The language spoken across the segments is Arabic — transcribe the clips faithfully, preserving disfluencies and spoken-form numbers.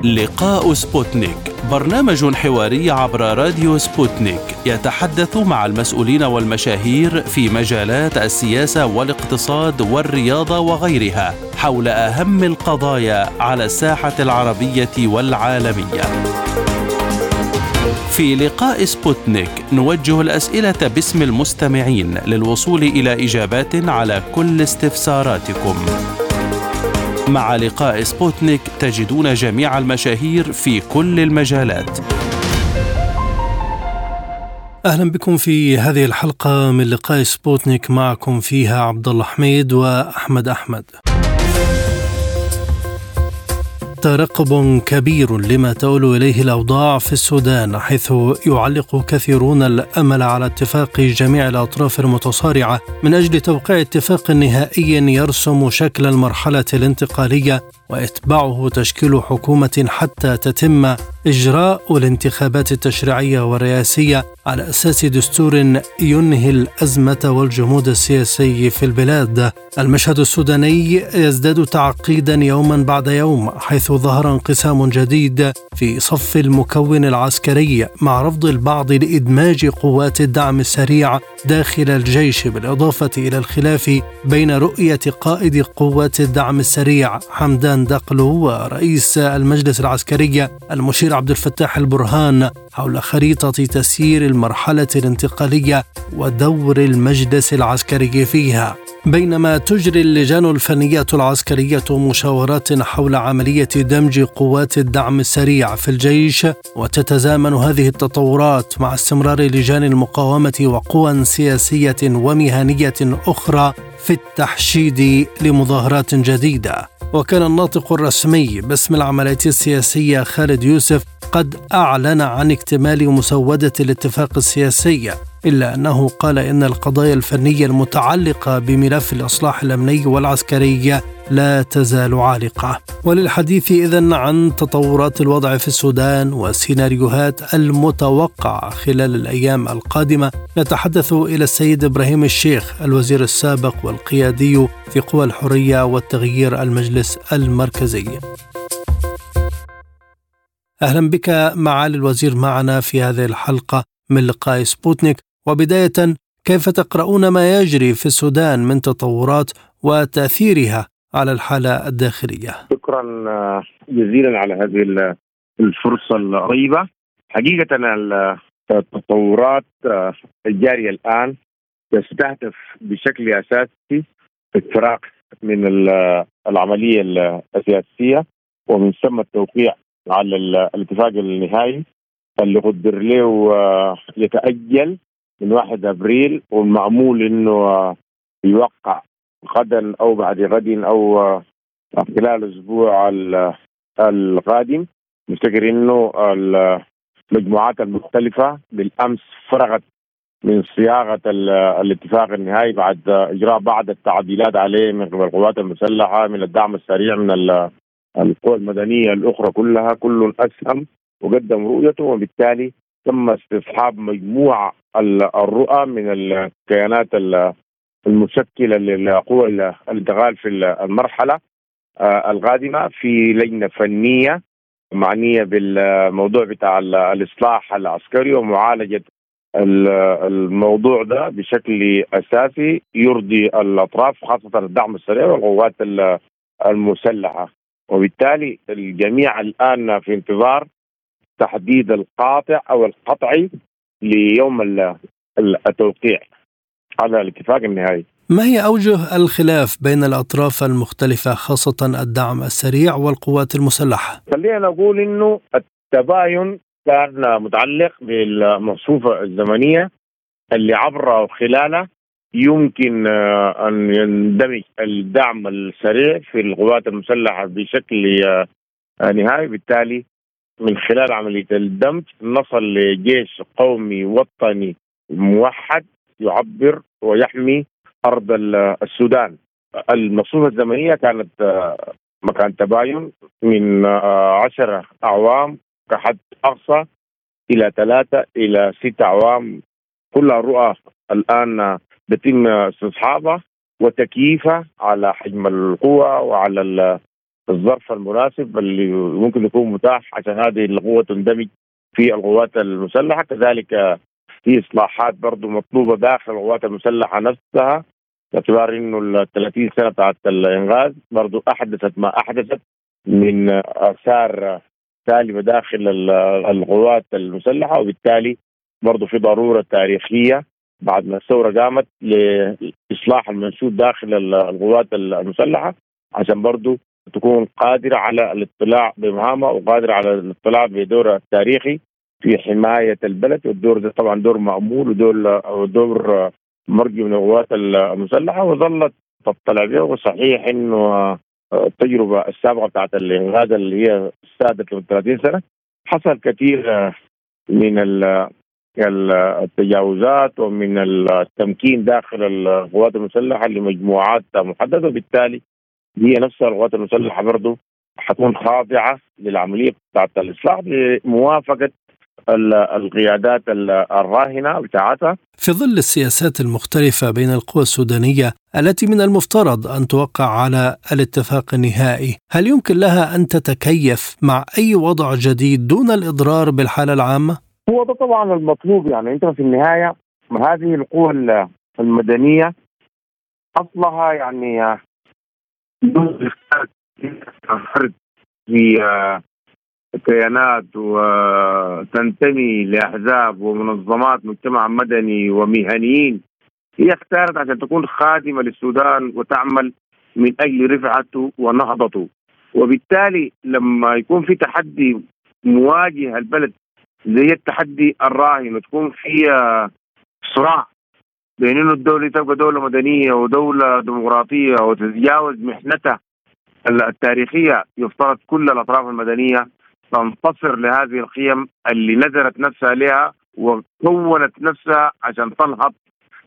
لقاء سبوتنيك، برنامج حواري عبر راديو سبوتنيك يتحدث مع المسؤولين والمشاهير في مجالات السياسة والاقتصاد والرياضة وغيرها حول أهم القضايا على الساحة العربية والعالمية. في لقاء سبوتنيك نوجه الأسئلة باسم المستمعين للوصول إلى إجابات على كل استفساراتكم. مع لقاء سبوتنيك تجدون جميع المشاهير في كل المجالات. أهلا بكم في هذه الحلقة من لقاء سبوتنيك، معكم فيها عبد الله حميد وأحمد أحمد. ترقب كبير لما تؤول إليه الأوضاع في السودان، حيث يعلق كثيرون الأمل على اتفاق جميع الأطراف المتصارعة من أجل توقيع اتفاق نهائي يرسم شكل المرحلة الانتقالية ويتبعه تشكيل حكومة حتى تتم إجراء الانتخابات التشريعية والرئاسية على أساس دستور ينهي الأزمة والجمود السياسي في البلاد. المشهد السوداني يزداد تعقيدا يوما بعد يوم، حيث ظهر انقسام جديد في صف المكون العسكري مع رفض البعض لإدماج قوات الدعم السريع داخل الجيش، بالإضافة إلى الخلاف بين رؤية قائد قوات الدعم السريع حمدان دقلو ورئيس المجلس العسكري المشير عبد الفتاح البرهان حول خريطة تسيير المرحلة الانتقالية ودور المجلس العسكري فيها. بينما تجري اللجان الفنية العسكرية مشاورات حول عملية دمج قوات الدعم السريع في الجيش، وتتزامن هذه التطورات مع استمرار لجان المقاومة وقوى سياسية ومهنية أخرى في التحشيد لمظاهرات جديدة. وكان الناطق الرسمي باسم العملية السياسية خالد يوسف قد أعلن عن اكتمال مسودة الاتفاق السياسي، إلا أنه قال إن القضايا الفنية المتعلقة بملف الإصلاح الأمني والعسكري لا تزال عالقة. وللحديث إذن عن تطورات الوضع في السودان والسيناريوهات المتوقعة خلال الأيام القادمة نتحدث إلى السيد إبراهيم الشيخ، الوزير السابق والقيادي في قوى الحرية والتغيير المجلس المركزي. أهلا بك معالي الوزير معنا في هذه الحلقة من لقاء سبوتنيك. وبداية، كيف تقرؤون ما يجري في السودان من تطورات وتأثيرها على الحالة الداخلية؟ شكرا جزيلا على هذه الفرصة الطيبة. حقيقة التطورات الجارية الآن تستهدف بشكل أساسي الفراغ من العملية السياسية، ومن ثم التوقيع على الاتفاق النهائي اللي قدر له يتأجل من واحد أبريل، والمعمول إنه يوقع غدا أو بعد غد أو خلال الأسبوع القادم. نفتكر إنه المجموعات المختلفة بالأمس فرغت من صياغة الاتفاق النهائي بعد إجراء بعض التعديلات عليه من قبل القوات المسلحة، من الدعم السريع، من القوى المدنية الأخرى كلها. كل أسهم وقدم رؤيته، وبالتالي تم استصحاب مجموعة الرؤى من الكيانات المشكلة لقوى الانتقال في المرحلة القادمة في لجنة فنية معنية بالموضوع بتاع الإصلاح العسكري ومعالجة الموضوع ده بشكل أساسي يرضي الأطراف، خاصة الدعم السريع والقوات المسلحة. وبالتالي الجميع الآن في انتظار تحديد القاطع أو القطعي ليوم التوقيع على الاتفاق النهائي. ما هي أوجه الخلاف بين الأطراف المختلفة، خاصة الدعم السريع والقوات المسلحة؟ خلينا نقول إنه التباين كان متعلق بالمصفوفة الزمنية اللي عبر خلالها يمكن أن يندمج الدعم السريع في القوات المسلحة بشكل نهائي. بالتالي من خلال عملية الدمج نصل لجيش قومي وطني موحد يعبر ويحمي أرض السودان. المصفوفة الزمنية كانت مكان تباين من عشرة أعوام كحد أقصى إلى ثلاثة إلى ستة أعوام. كل الرؤى الآن بيتم استصحابها وتكييفها على حجم القوى وعلى الظرف المناسب اللي ممكن يكون متاح عشان هذه القوة تندمج في القوات المسلحة. كذلك في إصلاحات برضو مطلوبة داخل القوات المسلحة نفسها، باعتبار إنه ال ثلاثين سنة بتاعت الإنغاز برضو أحدثت ما أحدثت من آثار سالبة داخل القوات المسلحة، وبالتالي برضو في ضرورة تاريخية بعد ما الثورة قامت لإصلاح المنشود داخل القوات المسلحة عشان برضو تكون قادرة على الاطلاع بمهامها وقادرة على الاطلاع بدورها التاريخي في حماية البلد. والدور ده طبعا دور مأمول ودور ودور مرجو من القوات المسلحة، وظلت تطلع به. وصحيح انه التجربة السابقة بتاعت الإنغاز اللي هي سادت ل ثلاثين سنة حصل كثير من التجاوزات ومن التمكين داخل القوات المسلحة لمجموعات محددة، وبالتالي هي نفسها القوات المسلحة برضو حتكون خاضعة للعملية بتاعت الإصلاح بموافقة القيادات الراهنة بتاعتها. في ظل السياسات المختلفة بين القوى السودانية التي من المفترض أن توقع على الاتفاق النهائي، هل يمكن لها أن تتكيف مع أي وضع جديد دون الإضرار بالحالة العامة؟ هو ده طبعا المطلوب. يعني أنت في النهاية هذه القوى المدنية أصلها يعني في كيانات وتنتمي لأحزاب ومنظمات مجتمع مدني ومهنيين، هي اختارت عشان تكون خادمة للسودان وتعمل من أجل رفعته ونهضته. وبالتالي لما يكون في تحدي مواجه البلد زي التحدي الراهن وتكون في صراع بين إنه الدولة تبقى دولة مدنية ودولة ديمقراطية وتتجاوز محنتها التاريخية، يفترض كل الأطراف المدنية تنتصر لهذه القيم اللي نذرت نفسها لها وكونت نفسها عشان تنهض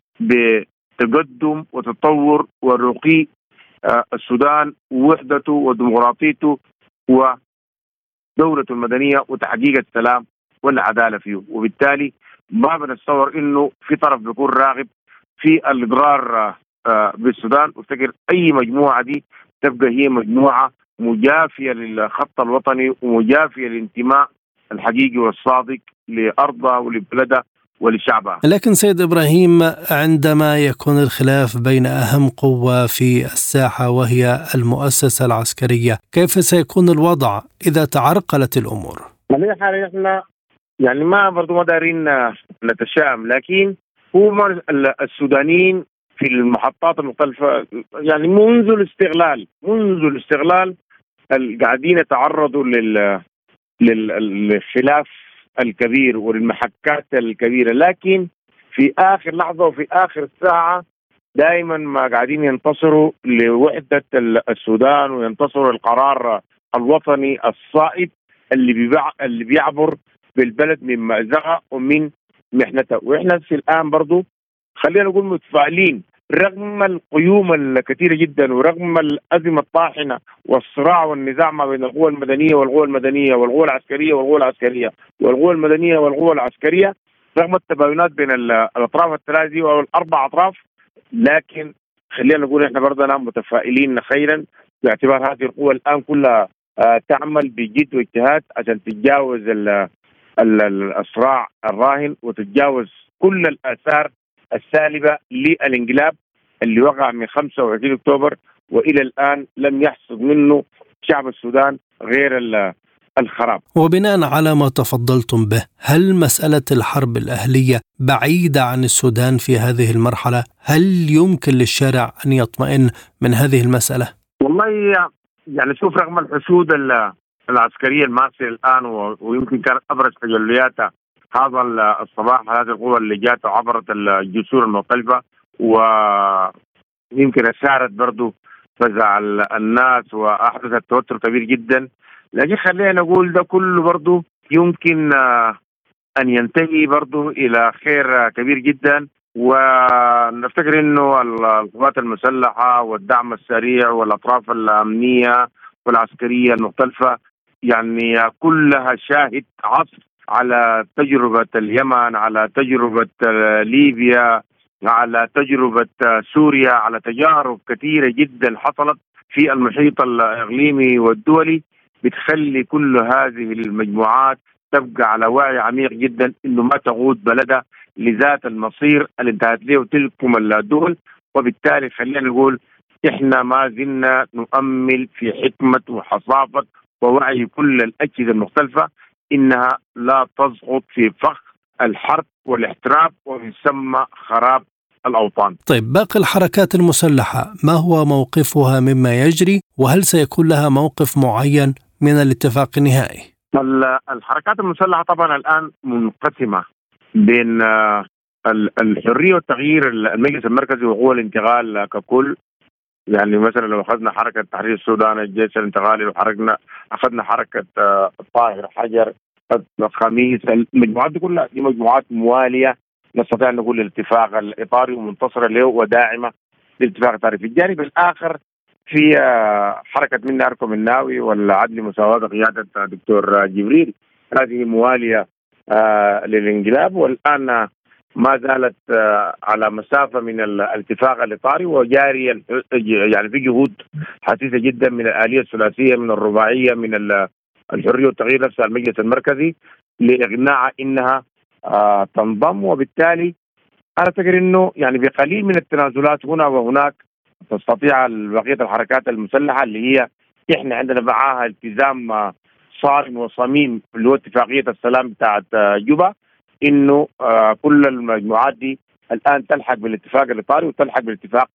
بتقدم وتطور ورقي السودان ووحدته وديمقراطيته ودولته المدنية وتحقيق السلام والعدالة فيه. وبالتالي ما بنتصور إنه في طرف بيكون راغب في الإضرار بالسودان، وافتكر أي مجموعة دي تبقى هي مجموعة مجافية للخط الوطني ومجافية للانتماء الحقيقي والصادق لأرضها ولبلدها ولشعبها. لكن سيد إبراهيم، عندما يكون الخلاف بين أهم قوة في الساحة وهي المؤسسة العسكرية، كيف سيكون الوضع إذا تعرقلت الأمور؟ على حال احنا يعني ما برضو ما دارين نتشائم، لكن هم السودانيين في المحطات المختلفة يعني منذ الاستغلال منذ الاستغلال قاعدين يتعرضوا لل للخلاف الكبير وللمحكات الكبيرة، لكن في آخر لحظة وفي آخر ساعة دائما ما قاعدين ينتصروا لوحدة السودان وينتصروا القرار الوطني الصائب اللي بيبع اللي بيعبر بالبلد من مأزقة ومن محنته. وإحنا في الآن برضو خلينا نقول متفائلين رغم القيوم الكثيرة جدا ورغم الأزمة الطاحنة والصراع والنزاع ما بين القوى المدنية والقوى المدنية والقوى العسكرية والقوى العسكرية والقوى المدنية والقوى العسكرية، رغم التباينات بين الأطراف الثلاثة والأربع أطراف، لكن خلينا نقول إحنا برضنا متفائلين خيرا باعتبار هذه القوى الآن كلها تعمل بجد واجتهاد عشان تتجاوز الصراع الراهن وتتجاوز كل الآثار السالبة للانقلاب اللي وقع من خمسة وعشرين أكتوبر وإلى الآن لم يحصد منه شعب السودان غير الخراب. وبناء على ما تفضلتم به، هل مسألة الحرب الأهلية بعيدة عن السودان في هذه المرحلة؟ هل يمكن للشارع أن يطمئن من هذه المسألة؟ والله يعني شوف، رغم الحشود العسكرية الماسية الآن ويمكن كانت أبرز تجلياتها هذا الصباح هذه القوة اللي جات وعبرت الجسور المختلفة ويمكن أشارت برضو فزع الناس وأحدثت توتر كبير جدا، لكن خلينا نقول ده كله برضو يمكن أن ينتهي برضو إلى خير كبير جدا. ونفتكر إنه القوات المسلحة والدعم السريع والأطراف الأمنية والعسكرية المختلفة يعني كلها شاهد عصر على تجربة اليمن، على تجربة ليبيا، على تجربة سوريا، على تجارب كثيرة جدا حصلت في المحيط الإقليمي والدولي بتخلي كل هذه المجموعات تبقى على وعي عميق جدا إنه ما تقود بلدها لذات المصير اللي انتهت له تلكم الدول. وبالتالي خلينا نقول إحنا ما زلنا نؤمل في حكمة وحصافة ووعي كل الأجهزة المختلفة إنها لا تسقط في فخ الحرب والاحتراف ومن ثم خراب الأوطان. طيب، باقي الحركات المسلحة ما هو موقفها مما يجري، وهل سيكون لها موقف معين من الاتفاق النهائي؟ الحركات المسلحة طبعا الآن منقسمة بين الحرية والتغيير المجلس المركزي وقوى الانتقال ككل. يعني مثلا لو أخذنا حركة تحرير السودان، الجيش الانتقالي، لو حركنا أخذنا حركة طاهر حجر، خميس، المجموعات دي كلها دي مجموعات موالية نستطيع أن نقول الاتفاق الإطاري ومنتصرة له وداعمة للاتفاق الإطاري. في الجانب الآخر في حركة من أركم الناوي والعدل مساواة بقيادة دكتور جبريل، هذه موالية للانقلاب، والآن ما زالت على مسافة من الاتفاق الإطاري وجاري يعني في جهود حثيثة جدا من الآلية الثلاثية، من الرباعية، من الحرية والتغيير نفسها المجلس المركزي لإقناع إنها تنضم. وبالتالي أنا أعتقد إنه يعني بقليل من التنازلات هنا وهناك تستطيع بقية الحركات المسلحة اللي هي إحنا عندنا معاها التزام صارم وصميم اللي هو اتفاقية السلام بتاعت جوبا، إنه كل المجموعات دي الآن تلحق بالاتفاق الإطاري وتلحق بالاتفاق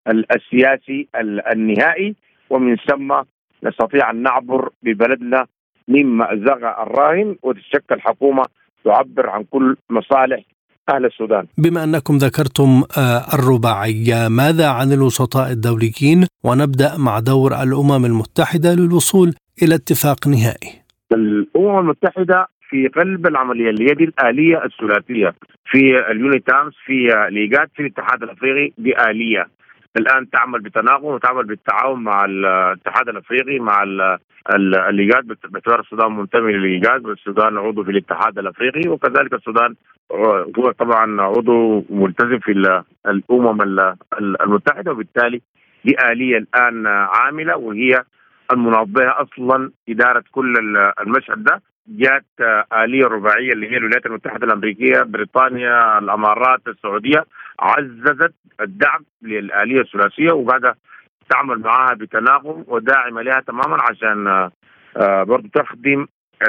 السياسي النهائي، ومن ثم نستطيع أن نعبر ببلدنا من مأزق الراهن وتتشكل حكومة تعبر عن كل مصالح أهل السودان. بما أنكم ذكرتم الرباعية، ماذا عن الوسطاء الدوليين؟ ونبدأ مع دور الأمم المتحدة للوصول إلى اتفاق نهائي. الأمم المتحدة في قلب العملية اللي هي دي الآلية الثلاثية، في اليونيتامس، في الإيجاد، في الاتحاد الأفريقي، دي آلية الآن تعمل بتناغم وتعمل بالتعاون مع الاتحاد الأفريقي، مع الإيجاد باعتبار السودان منتمي للإيجاد والسودان عضو في الاتحاد الأفريقي، وكذلك السودان هو طبعا عضو ملتزم في الأمم المتحدة. وبالتالي دي آلية الآن عاملة وهي المنظمة أصلا إدارة كل المشهد ده. جاءت آلية رباعية اللي هي الولايات المتحدة الأمريكية، بريطانيا، الأمارات، السعودية، عززت الدعم للآلية الثلاثية وبعد تعمل معها بتناغم وداعمة لها تماما عشان برضو تخدم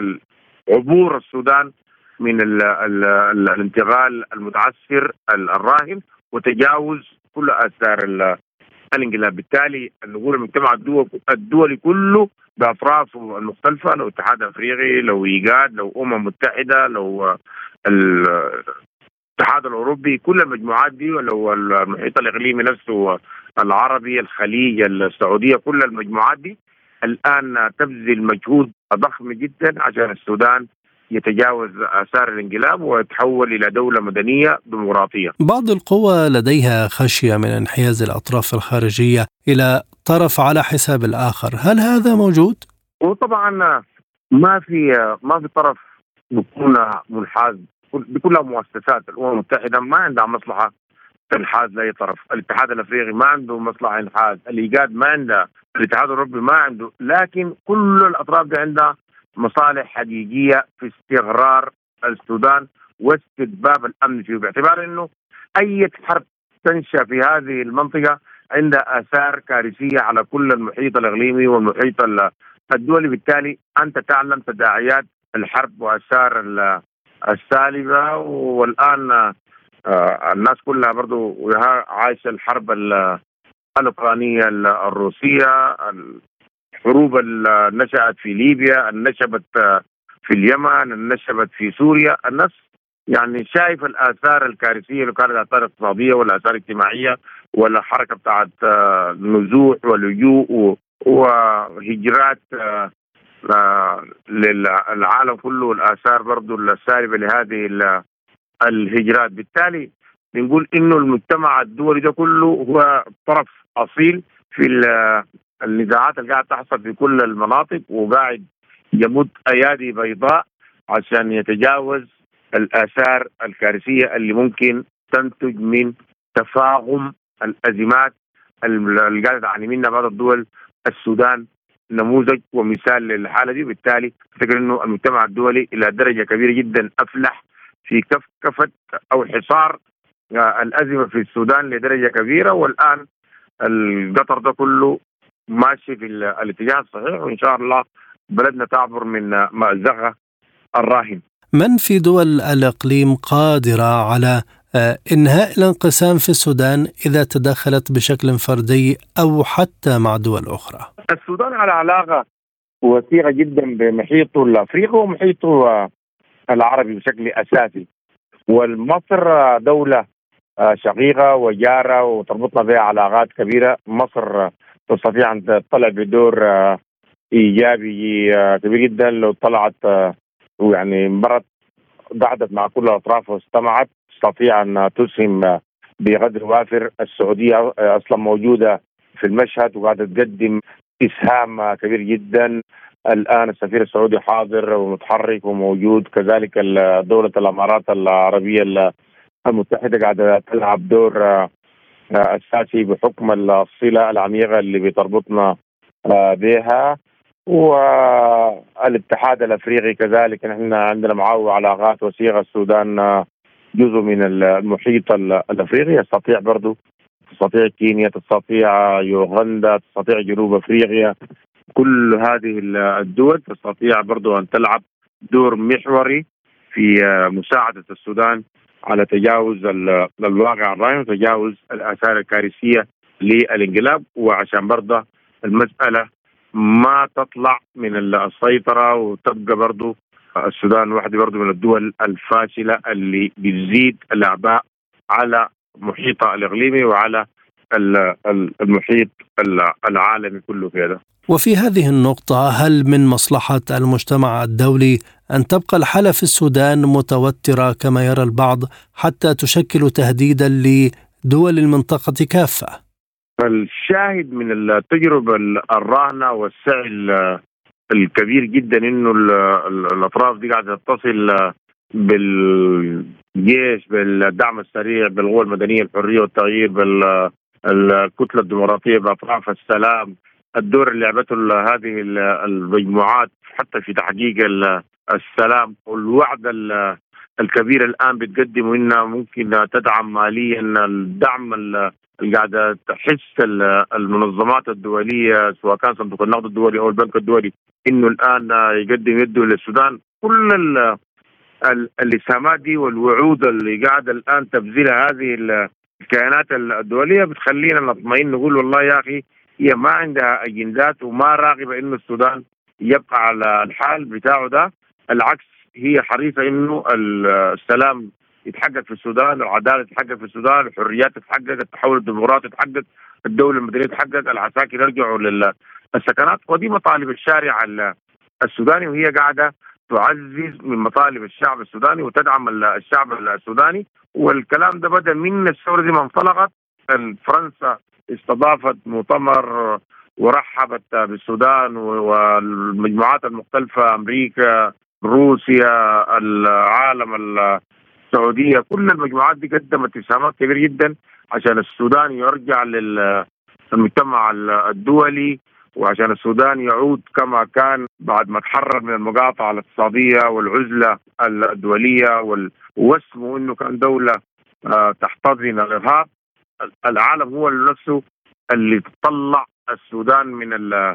عبور السودان من ال ال ال الانتقال المتعسر الراهن وتجاوز كل آثار الانقلاب. بالتالي نقول المجتمع الدولي كله بأطرافه المختلفة، لو اتحاد أفريقي، لو إيجاد، لو أمم متحدة، لو الاتحاد الأوروبي، كل المجموعات دي، ولو المحيط الإقليمي نفسه، العربي، الخليج، السعودية، كل المجموعات دي الآن تبذل مجهود ضخم جدا عشان السودان يتجاوز آثار الانقلاب ويتحول إلى دولة مدنية ديمقراطية. بعض القوى لديها خشية من انحياز الأطراف الخارجية إلى طرف على حساب الآخر، هل هذا موجود؟ وطبعا ما في ما في طرف بيكون منحاز، بكل مؤسسات الأمم المتحدة ما عندها مصلحة تنحاز لأي طرف، الاتحاد الأفريقي ما عنده مصلحة انحاز، الإيجاد ما عنده، الاتحاد الأوروبي ما عنده، لكن كل الأطراف دي عندها مصالح حقيقية في استقرار السودان واستتباب الأمن فيه، باعتبار أنه أي حرب تنشأ في هذه المنطقة عندها آثار كارثية على كل المحيط الإقليمي والمحيط الدولي. بالتالي أنت تعلم تداعيات الحرب وآثار السالبة، والآن الناس كلها برضو عايشة الحرب الأوكرانية الروسية، الحروب اللي نشأت في ليبيا، نشبت في اليمن، نشبت في سوريا. الناس يعني شايف الآثار الكارثية اللي كانت آثار اقتصادية ولا آثار اجتماعية ولا حركة بتاعت نزوح ولجوء وهجرات للعالم كله، والآثار برضو السالبة لهذه الهجرات. بالتالي بنقول إنه المجتمع الدولي ده كله هو طرف أصيل في النزاعات اللي قاعد تحصل في كل المناطق، وقاعد يمد أيادي بيضاء عشان يتجاوز الآثار الكارثية اللي ممكن تنتج من تفاقم الأزمات اللي قاعدة تعاني منها بعض الدول السودان نموذج ومثال للحالة دي. بالتالي أعتقد أنه المجتمع الدولي إلى درجة كبيرة جدا أفلح في كفكفة أو حصار الأزمة في السودان لدرجة كبيرة، والآن القطر ده كله ماشي في الاتجاه الصحيح، وإن شاء الله بلدنا تعبر من مأزقها الراهن. من في دول الإقليم قادرة على إنهاء الانقسام في السودان إذا تدخلت بشكل فردي أو حتى مع دول أخرى؟ السودان على علاقة وثيقة جدا بمحيطه الأفريقي ومحيطه العربي بشكل أساسي، والمصر دولة شقيقة وجارة وتربطنا بها علاقات كبيرة. مصر تستطيع أن تطلع بدور إيجابي كبير جدا لو طلعت ويعني مرت قعدت مع كل الأطراف واستمعت، تستطيع أن تسهم بقدر وافر. السعودية أصلا موجودة في المشهد وقاعدة تقدم إسهام كبير جدا. الآن السفير السعودي حاضر ومتحرك وموجود، كذلك دولة الإمارات العربية المتحدة قاعدة تلعب دور أساسي بحكم الصلة العميقة اللي بتربطنا بها، والاتحاد الأفريقي كذلك نحن عندنا معه علاقات وثيقة. السودان جزء من المحيط الأفريقي، يستطيع برضو تستطيع كينيا، تستطيع يوغندا، تستطيع جنوب أفريقيا، كل هذه الدول تستطيع برضو أن تلعب دور محوري في مساعدة السودان على تجاوز الواقع الراهن وتجاوز الآثار الكارثية للانقلاب، وعشان برضه المسألة ما تطلع من السيطرة وتبقى برضه السودان واحدة برضه من الدول الفاشلة اللي بتزيد الأعباء على محيطها الإقليمي وعلى المحيط العالمي كله كده. وفي هذه النقطة، هل من مصلحة المجتمع الدولي أن تبقى الحالة في السودان متوترة كما يرى البعض حتى تشكل تهديدا لدول المنطقة كافة؟ الشاهد من التجربة الراهنة والسعي الكبير جدا إنه الأطراف دي قاعدة تتصل بالجيش، بالدعم السريع، بالقوى المدنية، الحرية والتغيير، بالكتلة الديمقراطية، بأطراف السلام. الدور اللي لعبته هذه المجموعات حتى في تحقيق السلام، والوعد الكبير الآن بتقدم إنها ممكن تدعم ماليا الدعم اللي قاعدة تحس المنظمات الدولية سواء كان صندوق النقد الدولي أو البنك الدولي إنه الآن يقدم يده للسودان. كل الإسهامات دي والوعود اللي قاعدة الآن تبذلها هذه الكيانات الدولية بتخلينا نطمئن نقول والله يا أخي هي ما عندها أجندات وما راغبة إنه السودان يبقى على الحال بتاعه ده. العكس، هي حريصة إنه السلام يتحقق في السودان، العدالة تتحقق في السودان، الحريات تتحقق، التحول الديمقراطي يتحقق، الدولة المدنية تتحقق، العساكر يرجعوا للسكنات. ودي مطالب الشارع السوداني، وهي قاعدة تعزز من مطالب الشعب السوداني وتدعم الشعب السوداني. والكلام ده بدأ من الثورة دي ما انطلقت. فرنسا استضافت مؤتمر ورحبت بالسودان والمجموعات المختلفة، أمريكا، روسيا، العالم، السعودية، كل المجموعات دي قدمت إسهامات كبيرة جدا عشان السودان يرجع للمجتمع الدولي وعشان السودان يعود كما كان بعد ما تحرر من المقاطعة الاقتصادية والعزلة الدولية واسمه إنه كان دولة تحتضن الإرهاب. العالم هو نفسه اللي تطلع السودان من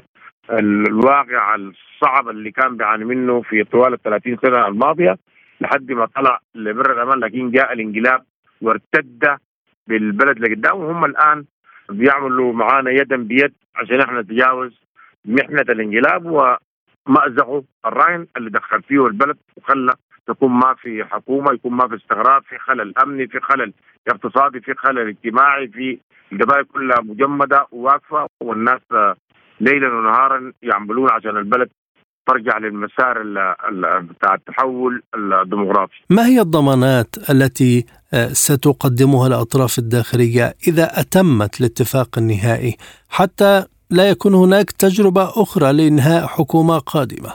الواقع الصعب اللي كان بيعاني منه في طوال الثلاثين سنة الماضية لحد ما طلع لبر الأمان، لكن جاء الانقلاب وارتد بالبلد لقدام، وهم الآن بيعملوا معانا يدا بيد عشان احنا نتجاوز محنة الانقلاب ومأزقه الراهن اللي دخل فيه البلد وخلى تكون ما في حكومة، يكون ما في استقرار، في خلل أمني، في خلل اقتصادي، في خلل اجتماعي، في القضايا كلها مجمدة وواقفة، والناس ليلا ونهارا يعملون عشان البلد ترجع للمسار بتاع التحول الديمقراطي. ما هي الضمانات التي ستقدمها الأطراف الداخلية إذا أتمت الاتفاق النهائي حتى لا يكون هناك تجربة أخرى لإنهاء حكومة قادمة؟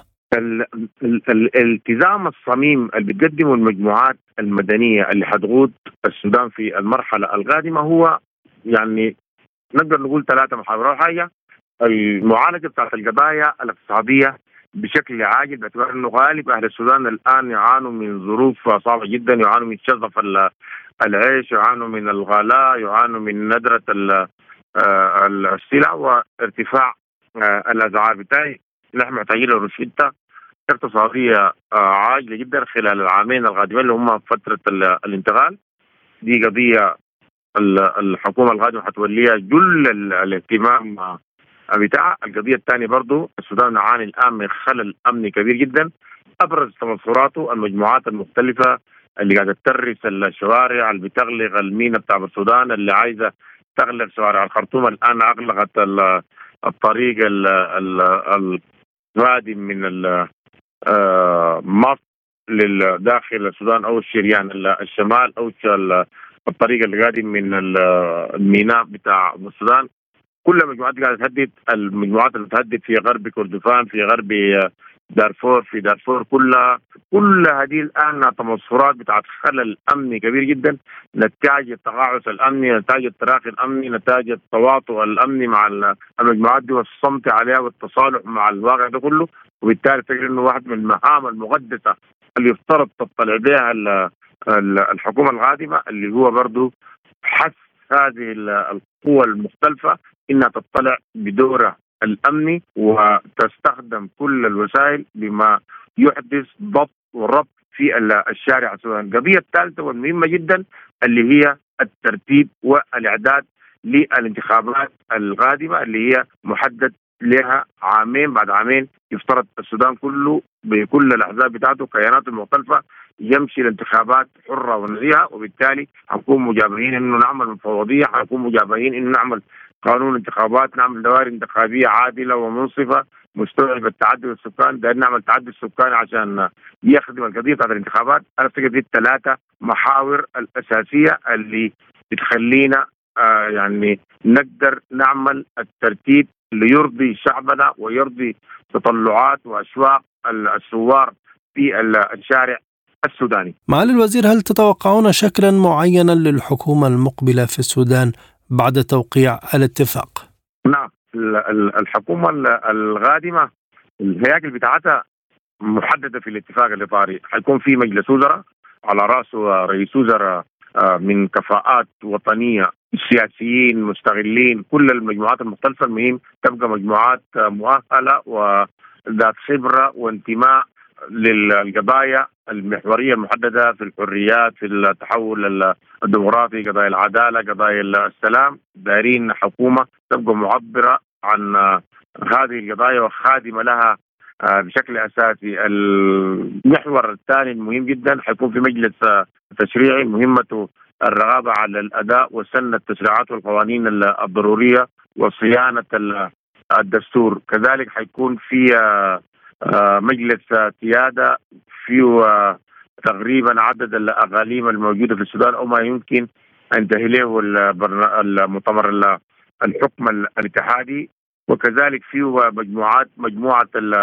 الالتزام الصميم اللي بتقدمه المجموعات المدنية اللي حتقود السودان في المرحلة القادمة هو يعني نقدر نقول ثلاثة محاورات. حاجة المعالجة بتاعت القضايا الاقتصادية بشكل عاجل، باعتبار أنه غالب أهل السودان الآن يعانوا من ظروف صعبة جدا، يعانوا من شظف العيش، يعانوا من الغلاء، يعانوا من ندرة السلع وارتفاع الأسعار. بالتالي نحن محتاجين لروشتة اقتصادية عاجلة جدا خلال العامين القادمين اللي هم فترة الانتقال. دي قضية الحكومة القادمة حتوليها جل الاهتمام بتاعها. القضية الثانية برضو السودان يعاني الآن من خلل أمني كبير جدا، أبرز تمثراته المجموعات المختلفة اللي قاعدة تترس الشوارع، اللي بتغلق الميناء بتاع السودان، اللي عايزة تغلق شوارع الخرطوم. الآن أغلقت الطريق القادم من مصر للداخل السودان أو الشريان الشمال أو الطريق اللي قادم من الميناء بتاع السودان. كل المجموعات قاعدة تهدد، المجموعات اللي تهدد في غرب كردفان، في غرب دارفور، في دارفور كلها، كل هذه الآن تمصرات بتاعت خلل أمني كبير جدا، نتاج التقاعس الأمني، نتاج التراخي الأمني، نتاج التواطؤ الأمني مع المجموعات دي والصمت عليها والتصالح مع الواقع ده كله. وبالتالي تجد إنه واحد من المهام المقدسة اللي يفترض تطلع بها الحكومة القادمة اللي هو برضو حث هذه القوى المختلفة إنها تطلع بدورها الأمني وتستخدم كل الوسائل بما يحدث ضبط وربط في الشارع السوداني. القضية الثالثة والمهمة جدا اللي هي الترتيب والإعداد للانتخابات القادمة اللي هي محدد لها عامين. بعد عامين يفترض السودان كله بكل الأحزاب بتاعته كياناته المختلفة يمشي لانتخابات حرة ونزيهة، وبالتالي حنكون مجابهين إنه نعمل مفوضية، حنكون مجابهين إنه نعمل قانون انتخابات، نعمل دوائر انتخابية عادلة ومنصفة مستوعبة التعدد السكان. ده نعمل تعدد السكان عشان يخدم القضية بتاعت الانتخابات. أنا أفتكر دي الثلاثة محاور الأساسية اللي بتخلينا آه يعني نقدر نعمل الترتيب اللي يرضي شعبنا ويرضي تطلعات وأشواق الثوار في الشارع السوداني. معالي الوزير، هل تتوقعون شكلا معينا للحكومة المقبلة في السودان بعد توقيع الاتفاق؟ نعم، الحكومة القادمة الهياكل بتاعتها محددة في الاتفاق الإطاري. حيكون في مجلس وزراء على رأسه رئيس وزراء من كفاءات وطنية، سياسيين مستغلين، كل المجموعات المختلفة. المهم تبقى مجموعات مؤهلة وذات خبرة وانتماء للقضايا المحورية المحددة في الحريات، في التحول الديمقراطي، قضايا العدالة، قضايا السلام. دايرين حكومة تبقى معبرة عن هذه القضايا وخادمة لها بشكل أساسي. المحور الثاني المهم جدا حيكون في مجلس تشريعي مهمته الرغبة على الأداء وسن التشريعات والقوانين الضرورية وصيانة الدستور. كذلك حيكون في مجلس قيادة فيه تقريبا عدد الأقاليم الموجودة في السودان أو ما يمكن أن ينتهي له المؤتمر الحكم الاتحادي. وكذلك فيه مجموعات مجموعة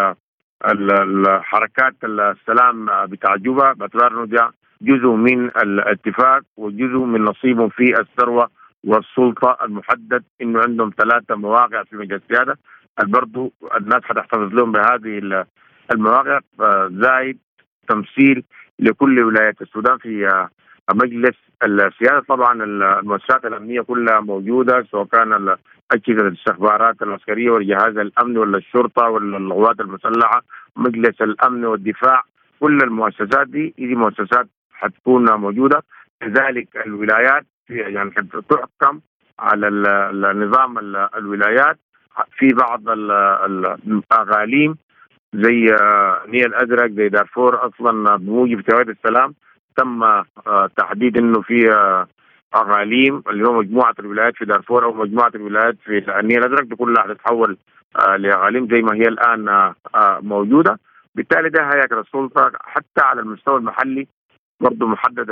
الحركات السلام بتاع جوبا، باعتبار انه ده جزء من الاتفاق وجزء من نصيبهم في الثروة والسلطة المحدد انه عندهم ثلاثة مواقع في مجلس السيادة. برضو الناس حتحتفظ لهم بهذه المواقع، زائد تمثيل لكل ولايات السودان في مجلس السيادة. طبعا المؤسسات الأمنية كلها موجودة، سواء كان أجهزة الاستخبارات العسكرية والجهاز الأمني ولا الشرطة ولا القوات المسلحة، مجلس الأمن والدفاع، كل المؤسسات دي دي مؤسسات حتكون موجودة. كذلك الولايات يعني تحكم على النظام الولايات في بعض الأقاليم زي نيل الأزرق، زي دارفور. أصلا بموجب اتفاقية السلام تم تحديد انه في اقاليم اللي هو مجموعه الولايات في دارفور او مجموعه الولايات في النيل الازرق دي كلها هتتحول لاقاليم زي ما هي الان موجوده. بالتالي ده هيكل السلطه حتى على المستوى المحلي برضه محدد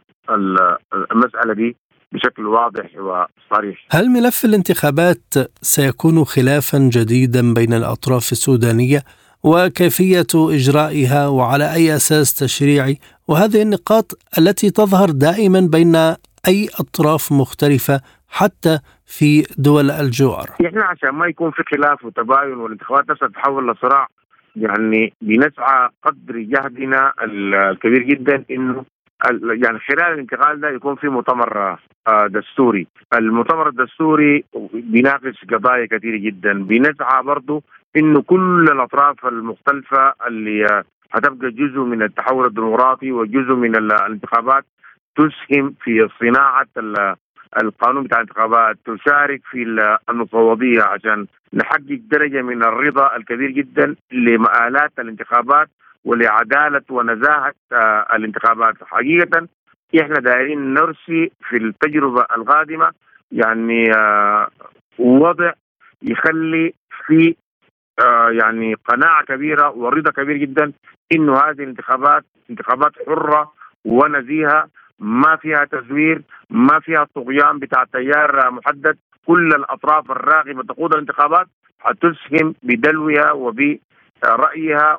المساله دي بشكل واضح وصريح. هل ملف الانتخابات سيكون خلافا جديدا بين الاطراف السودانيه وكيفية إجرائها وعلى أي أساس تشريعي؟ وهذه النقاط التي تظهر دائما بين أي أطراف مختلفة حتى في دول الجوار. احنا عشان ما يكون في خلاف وتباين والانتخابات نفسها تتحول لصراع، يعني بنسعى قدر جهدنا الكبير جدا انه يعني خلال الانتقال ده يكون في مؤتمر دستوري. المؤتمر الدستوري بيناقش قضايا كثيرة جدا، بنسعى برضو انه كل الاطراف المختلفة اللي هتبقى جزء من التحول الديمقراطي وجزء من الانتخابات تسهم في صناعة القانون بتاع الانتخابات، تشارك في المفوضية عشان نحقق درجة من الرضا الكبير جدا لمآلات الانتخابات ولعدالة ونزاهة الانتخابات. حقيقة احنا دايرين نرسي في التجربة القادمة يعني وضع يخلي في يعني قناعة كبيرة ورضا كبير جدا انه هذه الانتخابات انتخابات حرة ونزيهة، ما فيها تزوير، ما فيها طغيان بتاع تيار محدد. كل الأطراف الراغبة تقود الانتخابات حتسهم بدلوها وبرأيها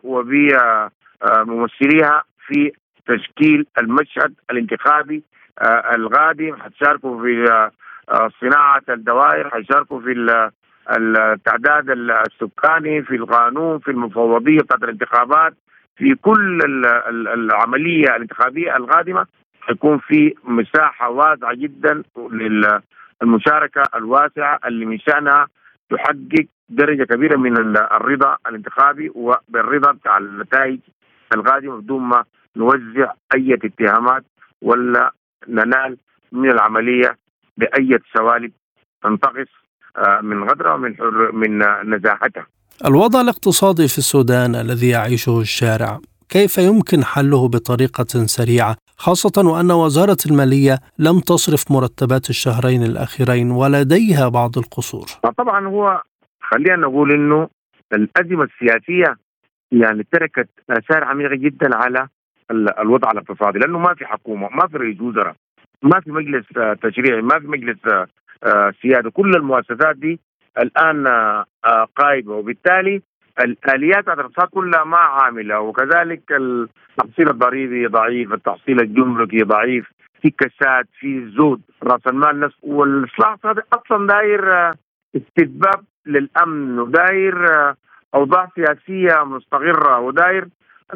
وبممثليها في تشكيل المشهد الانتخابي القادم. حتشاركوا في صناعة الدوائر، حيشاركوا في التعداد السكاني، في القانون، في المفوضية بتاعت الانتخابات، في كل العملية الانتخابية القادمة. حيكون في مساحة واسعة جدا للمشاركة الواسعة اللي من شأنها تحقق درجة كبيرة من الرضا الانتخابي وبالرضا بتاع النتائج القادمة بدون ما نوزع أي اتهامات ولا ننال من العملية بأي سوالب تنتقص من غدرها ومن من نزاهتها. الوضع الاقتصادي في السودان الذي يعيشه الشارع كيف يمكن حله بطريقة سريعة، خاصة وأن وزارة المالية لم تصرف مرتبات الشهرين الأخيرين ولديها بعض القصور؟ طبعا هو خلينا نقول إنه الأزمة السياسية يعني تركت آثار عميقة جدا على الوضع الاقتصادي، لأنه ما في حكومة، ما في رئيس وزراء، ما في مجلس تشريعي، ما في مجلس سيادة. كل المؤسسات دي الآن قائمة، وبالتالي الآليات الاقتصاد كلها ما عاملة، وكذلك التحصيل الضريبي ضعيف، التحصيل الجمركي ضعيف، في كساد، في زود رأس المال نفسه. والإصلاح أصلا داير استتباب للأمن، وداير أوضاع سياسية مستقرة، وداير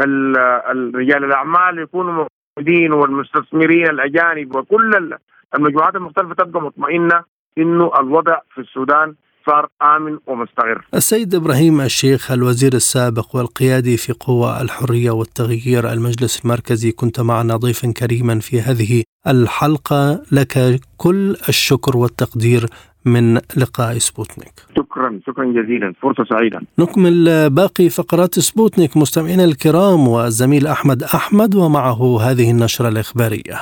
رجال الأعمال يكونوا موجودين والمستثمرين الأجانب وكل المجموعات المختلفة تبقى مطمئنة إنه الوضع في السودان صار آمن ومستقر. السيد إبراهيم الشيخ، الوزير السابق والقيادي في قوى الحرية والتغيير المجلس المركزي، كنت معنا ضيفا كريما في هذه الحلقة. لك كل الشكر والتقدير من لقاء سبوتنيك. شكرا شكرا جزيلا، فرصة سعيدة. نكمل باقي فقرات سبوتنيك مستمعينا الكرام، والزميل أحمد أحمد ومعه هذه النشرة الإخبارية.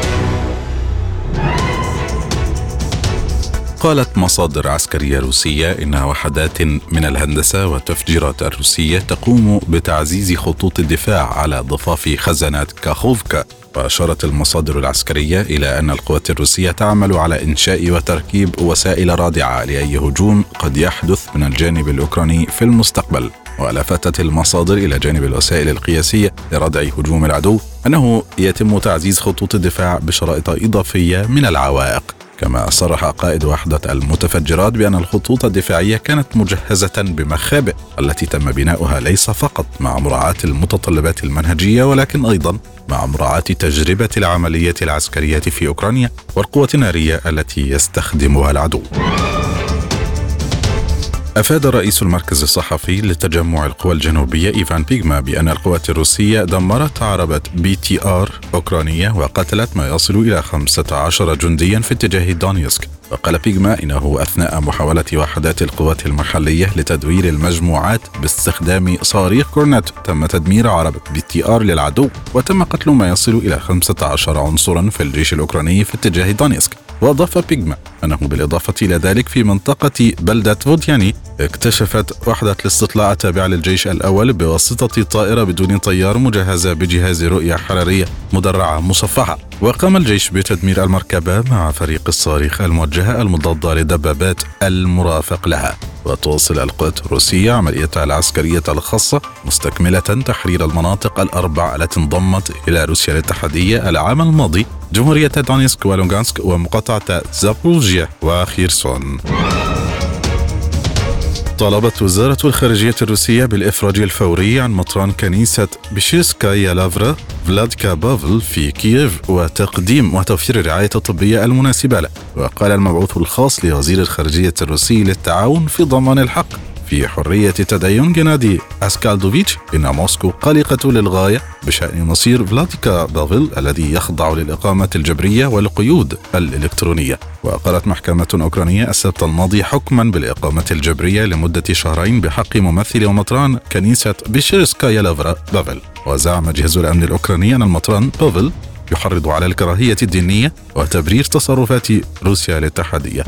قالت مصادر عسكرية روسية إن وحدات من الهندسة والتفجيرات الروسية تقوم بتعزيز خطوط الدفاع على ضفاف خزانات كاخوفكا. وأشارت المصادر العسكرية إلى أن القوات الروسية تعمل على إنشاء وتركيب وسائل رادعة لأي هجوم قد يحدث من الجانب الأوكراني في المستقبل. ولفتت المصادر إلى جانب الوسائل القياسية لردع هجوم العدو أنه يتم تعزيز خطوط الدفاع بشرائط إضافية من العوائق. كما صرح قائد وحدة المتفجرات بأن الخطوط الدفاعية كانت مجهزة بمخابئ التي تم بناؤها ليس فقط مع مراعاة المتطلبات المنهجية ولكن أيضا مع مراعاة تجربة العملية العسكرية في أوكرانيا والقوة النارية التي يستخدمها العدو. أفاد رئيس المركز الصحفي لتجمع القوى الجنوبية إيفان بيغما بأن القوات الروسية دمرت عربة بي تي آر أوكرانية وقتلت ما يصل إلى خمسة عشر جنديا في اتجاه دونيسك. وقال بيغما إنه أثناء محاولة وحدات القوات المحلية لتدوير المجموعات باستخدام صواريخ كورنت تم تدمير عربة بي تي آر للعدو، وتم قتل ما يصل إلى خمسة عشر عنصرا في الجيش الأوكراني في اتجاه دونيسك. وأضاف بيغما أنه بالإضافة إلى ذلك في منطقة بلدة فودياني اكتشفت وحدة الاستطلاع التابعة للجيش الأول بواسطة طائرة بدون طيار مجهزة بجهاز رؤية حرارية مدرعة مصفحة. وقام الجيش بتدمير المركبة مع فريق الصواريخ الموجه الموجهة المضادة للدبابات المرافق لها. وتواصل القوات الروسية عمليتها العسكرية الخاصة مستكملة تحرير المناطق الأربع التي انضمت إلى روسيا الاتحادية العام الماضي، جمهورية دونيسك ولوغانسك ومقاطعة زابوروجيا وخيرسون. طالبت وزارة الخارجية الروسية بالإفراج الفوري عن مطران كنيسة بيشيرسكايا لافرا فلاديكا بافل في كييف وتقديم وتوفير الرعاية الطبية المناسبة له. وقال المبعوث الخاص لوزير الخارجية الروسي للتعاون في ضمان الحق في حرية تدين جنادي أسكالدوفيتش إن موسكو قلقة للغاية بشأن مصير فلاديكا بافل الذي يخضع للإقامة الجبرية والقيود الإلكترونية. وأقرت محكمة أوكرانية السبت الماضي حكما بالإقامة الجبرية لمدة شهرين بحق ممثل ومطران كنيسة بيشيرسكايا لافرا بافل. وزعم جهاز الأمن الأوكراني أن المطران بافل يحرض على الكراهية الدينية وتبرير تصرفات روسيا الاتحادية.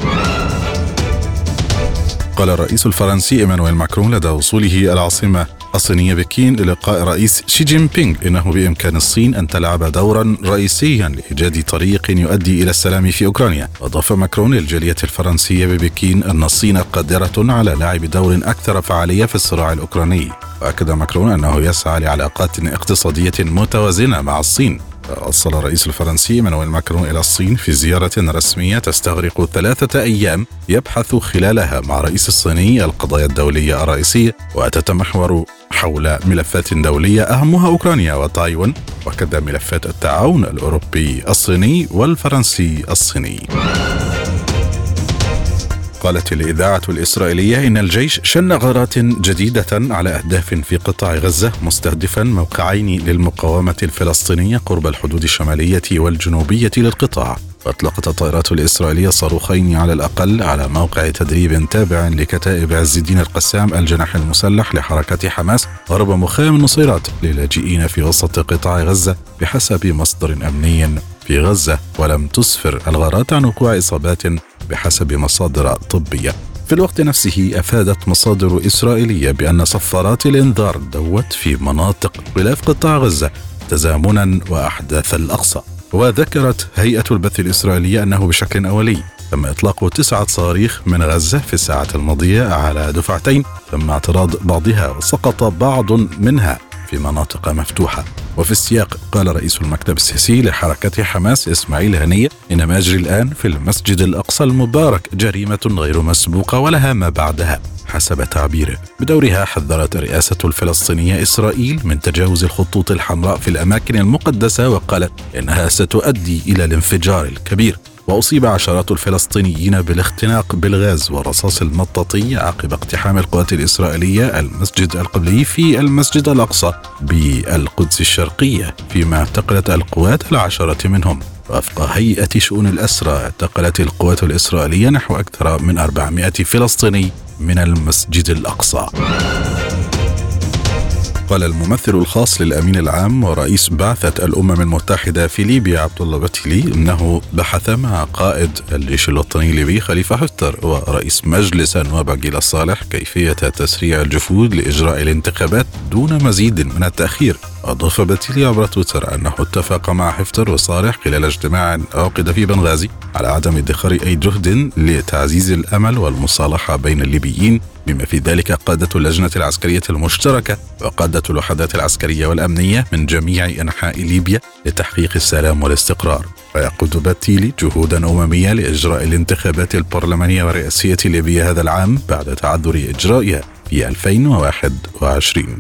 قال الرئيس الفرنسي إيمانويل ماكرون لدى وصوله العاصمة الصينية بكين للقاء الرئيس شي جين بينغ إنه بإمكان الصين أن تلعب دورا رئيسيا لإيجاد طريق يؤدي إلى السلام في أوكرانيا. أضاف ماكرون للجالية الفرنسية ببكين أن الصين قادرة على لعب دور أكثر فعالية في الصراع الأوكراني. وأكد ماكرون أنه يسعى لعلاقات اقتصادية متوازنة مع الصين. وصل الرئيس الفرنسي إيمانويل ماكرون إلى الصين في زيارة رسمية تستغرق ثلاثة أيام يبحث خلالها مع الرئيس الصيني القضايا الدولية الرئيسية، وتتمحور حول ملفات دولية أهمها أوكرانيا وتايوان، وكذا ملفات التعاون الأوروبي الصيني والفرنسي الصيني. قالت الإذاعة الإسرائيلية إن الجيش شن غارات جديدة على أهداف في قطاع غزة مستهدفا موقعين للمقاومة الفلسطينية قرب الحدود الشمالية والجنوبية للقطاع. وأطلقت الطائرات الإسرائيلية صاروخين على الأقل على موقع تدريب تابع لكتائب عز الدين القسام الجناح المسلح لحركة حماس غرب مخيم النصيرات للاجئين في وسط قطاع غزة بحسب مصدر أمني في غزة، ولم تسفر الغارات عن وقوع إصابات بحسب مصادر طبية. في الوقت نفسه أفادت مصادر إسرائيلية بأن صفارات الإنذار دوت في مناطق غلاف قطاع غزة تزامنا وأحداث الأقصى. وذكرت هيئة البث الإسرائيلية أنه بشكل أولي تم إطلاق تسعة صواريخ من غزة في الساعات الماضية على دفعتين تم اعتراض بعضها وسقط بعض منها في مناطق مفتوحة. وفي السياق قال رئيس المكتب السياسي لحركة حماس إسماعيل هنية إن ما يجري الآن في المسجد الأقصى المبارك جريمة غير مسبوقة ولها ما بعدها حسب تعبيره. بدورها حذرت الرئاسة الفلسطينية إسرائيل من تجاوز الخطوط الحمراء في الأماكن المقدسة، وقالت إنها ستؤدي إلى الانفجار الكبير. وأصيب عشرات الفلسطينيين بالاختناق بالغاز والرصاص المطاطي عقب اقتحام القوات الإسرائيلية المسجد القبلي في المسجد الأقصى بالقدس الشرقية، فيما اعتقلت القوات العشرة منهم. وفق هيئة شؤون الأسرى اعتقلت القوات الإسرائيلية نحو أكثر من أربعمائة فلسطيني من المسجد الأقصى. قال الممثل الخاص للأمين العام ورئيس بعثة الأمم المتحدة في ليبيا عبد الله بتيلي إنه بحث مع قائد الجيش الوطني الليبي خليفة حفتر ورئيس مجلس النواب عقيل الصالح كيفية تسريع الجهود لإجراء الانتخابات دون مزيد من التأخير. أضاف بتيلي عبر تويتر أنه اتفق مع حفتر وصالح خلال اجتماع عقد في بنغازي على عدم ادخار أي جهد لتعزيز الأمل والمصالحة بين الليبيين، بما في ذلك قادة اللجنة العسكرية المشتركة وقادة الوحدات العسكرية والأمنية من جميع أنحاء ليبيا لتحقيق السلام والاستقرار. ويقود بتيلي جهودا أممية لإجراء الانتخابات البرلمانية والرئاسية الليبية هذا العام بعد تعذر إجرائها في ألفين وواحد وعشرين.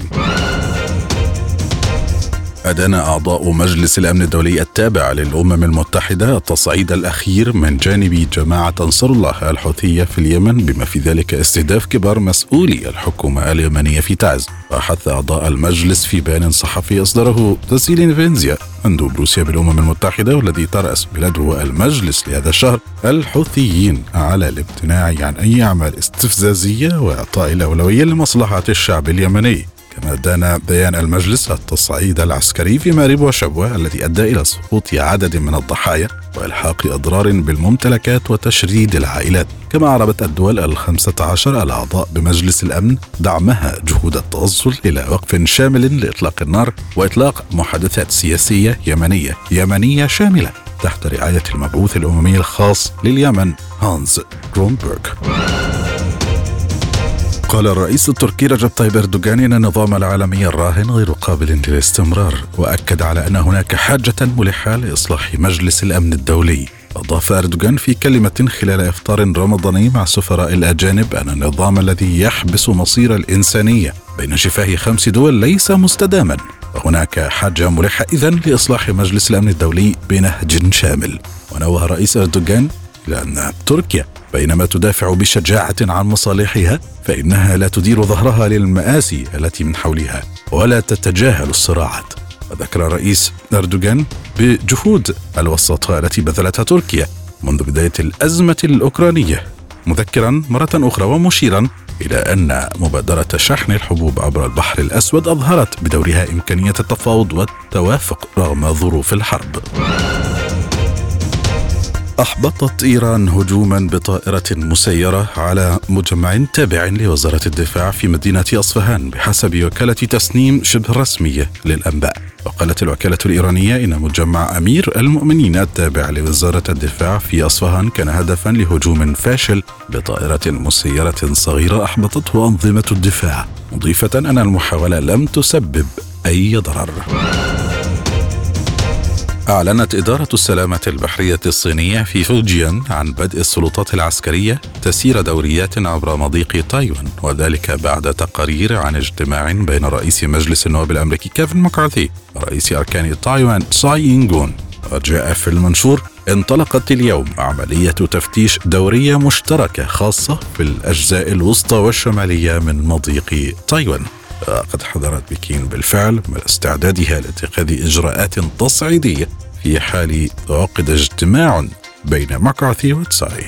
أدان أعضاء مجلس الأمن الدولي التابع للأمم المتحدة التصعيد الأخير من جانب جماعة أنصار الله الحوثية في اليمن، بما في ذلك استهداف كبار مسؤولي الحكومة اليمنية في تعز. وحث أعضاء المجلس في بيان صحفي أصدره تسيلين فينزيا مندوب روسيا بالأمم المتحدة والذي ترأس بلاده المجلس لهذا الشهر الحوثيين على الامتناع عن أي أعمال استفزازية وإعطاء الأولوية لمصلحة الشعب اليمني. كما دان بيان المجلس التصعيد العسكري في مأرب وشبوة الذي أدى إلى سقوط عدد من الضحايا وإلحاق أضرار بالممتلكات وتشريد العائلات. كما أعربت الدول الخمسة عشر الأعضاء بمجلس الأمن دعمها جهود التوصل إلى وقف شامل لإطلاق النار وإطلاق محادثات سياسية يمنية يمنية شاملة تحت رعاية المبعوث الأممي الخاص لليمن هانز جرونبرغ. قال الرئيس التركي رجب طيب أردوغان إن النظام العالمي الراهن غير قابل للاستمرار، وأكد على أن هناك حاجة ملحة لإصلاح مجلس الأمن الدولي. أضاف أردوغان في كلمة خلال إفطار رمضاني مع السفراء الأجانب أن النظام الذي يحبس مصير الإنسانية بين شفاه خمس دول ليس مستداما، وهناك حاجة ملحة إذن لإصلاح مجلس الأمن الدولي بنهج شامل. ونوه الرئيس أردوغان إلى أن تركيا بينما تدافع بشجاعة عن مصالحها فإنها لا تدير ظهرها للمآسي التي من حولها ولا تتجاهل الصراعات. وذكر الرئيس أردوغان بجهود الوساطة التي بذلتها تركيا منذ بداية الأزمة الأوكرانية، مذكرا مرة أخرى ومشيرا إلى أن مبادرة شحن الحبوب عبر البحر الأسود أظهرت بدورها إمكانية التفاوض والتوافق رغم ظروف الحرب. أحبطت إيران هجوما بطائرة مسيرة على مجمع تابع لوزارة الدفاع في مدينة أصفهان بحسب وكالة تسنيم شبه رسمية للأنباء. وقالت الوكالة الإيرانية إن مجمع أمير المؤمنين التابع لوزارة الدفاع في أصفهان كان هدفا لهجوم فاشل بطائرة مسيرة صغيرة أحبطته أنظمة الدفاع، مضيفة أن المحاولة لم تسبب أي ضرر. أعلنت إدارة السلامة البحرية الصينية في فوجيان عن بدء السلطات العسكرية تسيير دوريات عبر مضيق تايوان، وذلك بعد تقارير عن اجتماع بين رئيس مجلس النواب الأمريكي كيفن مكارثي ورئيس أركان تايوان تساي إنغون. وجاء في المنشور: انطلقت اليوم عملية تفتيش دورية مشتركة خاصة في الأجزاء الوسطى والشمالية من مضيق تايوان. قد حذرت بكين بالفعل من استعدادها لاتخاذ إجراءات تصعيدية في حال عقد اجتماع بين مكارثي وتساي.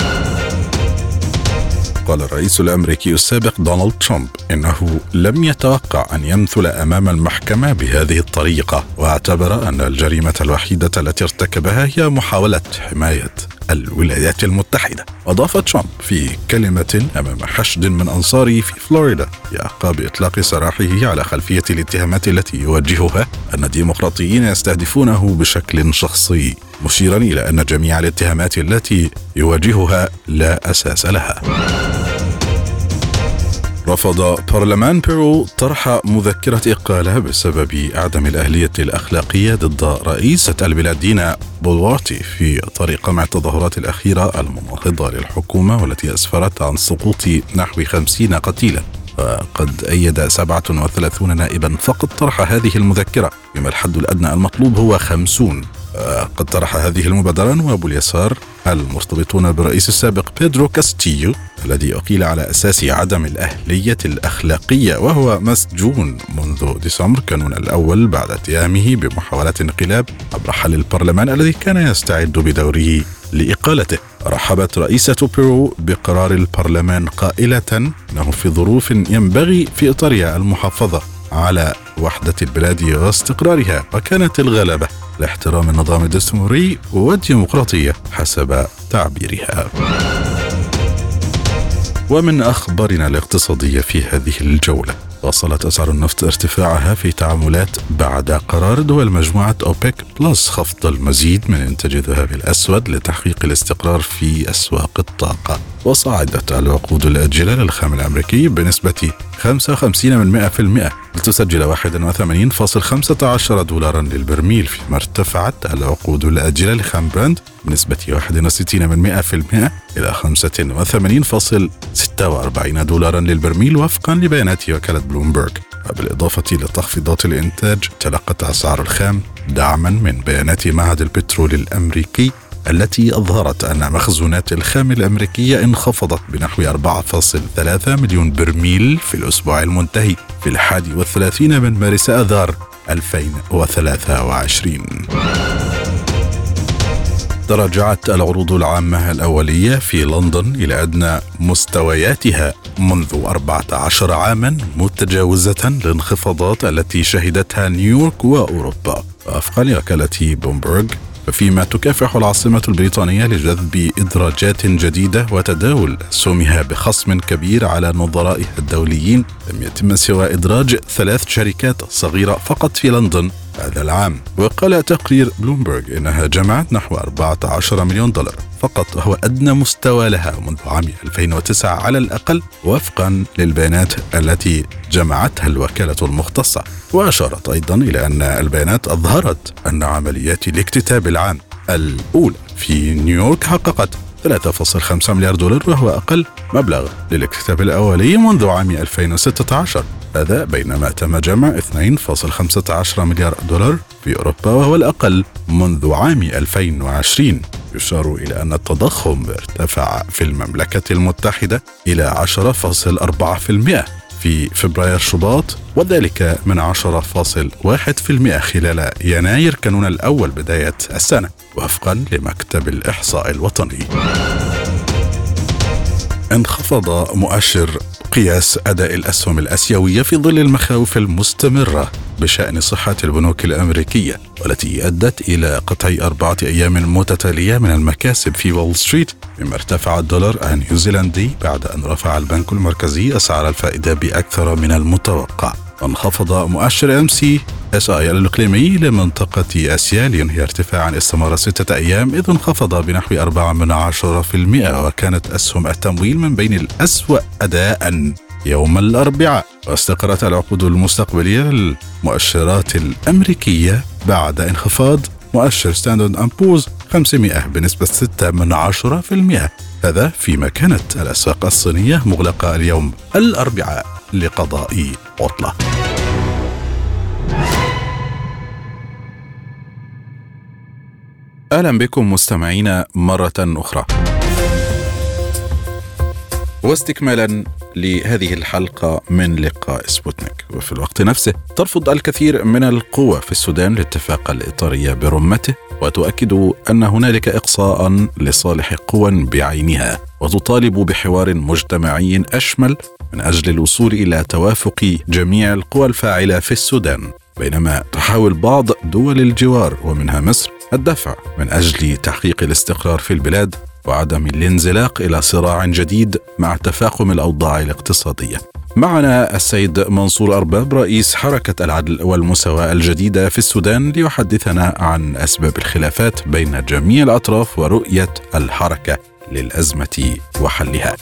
قال الرئيس الأمريكي السابق دونالد ترامب إنه لم يتوقع أن يمثل أمام المحكمة بهذه الطريقة، واعتبر أن الجريمة الوحيدة التي ارتكبها هي محاولة حماية الولايات المتحدة. أضاف ترامب في كلمة أمام حشد من أنصاره في فلوريدا في أعقاب إطلاق سراحه على خلفية الاتهامات التي يوجهها أن الديمقراطيين يستهدفونه بشكل شخصي، مشيرا إلى أن جميع الاتهامات التي يواجهها لا أساس لها. رفض برلمان بيرو طرح مذكرة إقالة بسبب عدم الأهلية الأخلاقية ضد رئيسة البلاد دينا بولوارتي في طريق قمع التظاهرات الأخيرة المناهضة للحكومة والتي أسفرت عن سقوط نحو خمسين قتيلا. وقد أيد سبعة وثلاثون نائبا فقط طرح هذه المذكرة، بما الحد الأدنى المطلوب هو خمسون. قد طرح هذه المبادرة نواب اليسار المرتبطون بالرئيس السابق بيدرو كاستيو الذي أقيل على أساس عدم الأهلية الأخلاقية، وهو مسجون منذ ديسمبر كانون الأول بعد اتهامه بمحاولة انقلاب عبر حل البرلمان الذي كان يستعد بدوره لإقالته. رحبت رئيسة بيرو بقرار البرلمان قائلة أنه في ظروف ينبغي في إطارها المحافظة على وحدة البلاد واستقرارها، وكانت الغلبة لاحترام النظام الدستوري والديمقراطية حسب تعبيرها. ومن أخبارنا الاقتصادية في هذه الجولة، واصلت أسعار النفط ارتفاعها في تعاملات بعد قرار دول مجموعة أوبك بلس خفض المزيد من إنتاج الذهب الأسود لتحقيق الاستقرار في أسواق الطاقة. وصعدت العقود الآجلة للخام الأمريكي بنسبة خمسة وخمسين من مئة في المئة لتسجل واحد وثمانين فاصلة خمسة عشر دولارا للبرميل، فيما ارتفعت العقود الآجلة لخام براند بنسبة واحد وستين من مئة في المئة إلى خمسة وثمانين فاصلة ستة وأربعين دولارا للبرميل وفقا لبيانات وكالة بلومبرغ. وبالإضافة لتخفيضات الإنتاج، تلقت أسعار الخام دعما من بيانات معهد البترول الأمريكي التي أظهرت أن مخزونات الخام الأمريكية انخفضت بنحو أربعة فاصلة ثلاثة مليون برميل في الأسبوع المنتهي في الحادي والثلاثين من مارس آذار ألفين وثلاثة وعشرين. تراجعت العروض العامة الأولية في لندن إلى أدنى مستوياتها منذ أربعة عشر عاما، متجاوزة الانخفاضات التي شهدتها نيويورك وأوروبا وفقا لوكالة بلومبرغ. فيما تكافح العاصمة البريطانية لجذب إدراجات جديدة وتداول أسهمها بخصم كبير على نظرائها الدوليين، لم يتم سوى إدراج ثلاث شركات صغيرة فقط في لندن هذا العام. وقال تقرير بلومبرغ إنها جمعت نحو أربعة عشر مليون دولار فقط، وهو أدنى مستوى لها منذ عام ألفين وتسعة على الأقل، وفقا للبيانات التي جمعتها الوكالة المختصة. وأشارت أيضا إلى أن البيانات أظهرت أن عمليات الاكتتاب العام الأولى في نيويورك حققت ثلاثة فاصلة خمسة مليار دولار، وهو أقل مبلغ للاكتتاب الأولي منذ عام ألفين وستة عشر. هذا بينما تم جمع اثنين فاصلة خمسة عشر مليار دولار في أوروبا، وهو الأقل منذ عام ألفين وعشرين. يشار إلى أن التضخم ارتفع في المملكة المتحدة إلى عشرة فاصلة أربعة بالمئة في فبراير شباط، وذلك من عشرة فاصلة واحد بالمئة خلال يناير كانون الأول بداية السنة، وفقا لمكتب الإحصاء الوطني. انخفض مؤشر قياس أداء الأسهم الآسيوية في ظل المخاوف المستمرة بشأن صحة البنوك الأمريكية، والتي أدت إلى قطع أربعة أيام متتالية من المكاسب في وول ستريت، مما ارتفع الدولار النيوزيلندي بعد أن رفع البنك المركزي أسعار الفائدة بأكثر من المتوقع. وانخفض مؤشر إم سي إس آي الإقليمي لمنطقة آسيا لينهي ارتفاعا استمر ستة أيام، إذ انخفض بنحو أربعة من عشرة بالمئة، وكانت أسهم التمويل من بين الأسوأ أداء يوم الأربعاء. واستقرت العقود المستقبلية للمؤشرات الأمريكية بعد انخفاض مؤشر ستاندرد أند بورز خمسمائة بنسبة ستة من عشرة بالمئة، هذا فيما كانت الأسواق الصينية مغلقة اليوم الأربعاء لقضاء عطلة. أهلا بكم مستمعين مرة أخرى، واستكمالا لهذه الحلقة من لقاء سبوتنيك. وفي الوقت نفسه ترفض الكثير من القوى في السودان الاتفاق الإطاري برمته، وتؤكد أن هنالك إقصاء لصالح قوى بعينها، وتطالب بحوار مجتمعي أشمل من أجل الوصول إلى توافق جميع القوى الفاعلة في السودان. بينما تحاول بعض دول الجوار ومنها مصر الدفع من أجل تحقيق الاستقرار في البلاد وعدم الانزلاق إلى صراع جديد مع تفاقم الأوضاع الاقتصادية. معنا السيد منصور أرباب رئيس حركة العدل والمساواة الجديدة في السودان ليحدثنا عن أسباب الخلافات بين جميع الأطراف ورؤية الحركة للأزمة وحلها.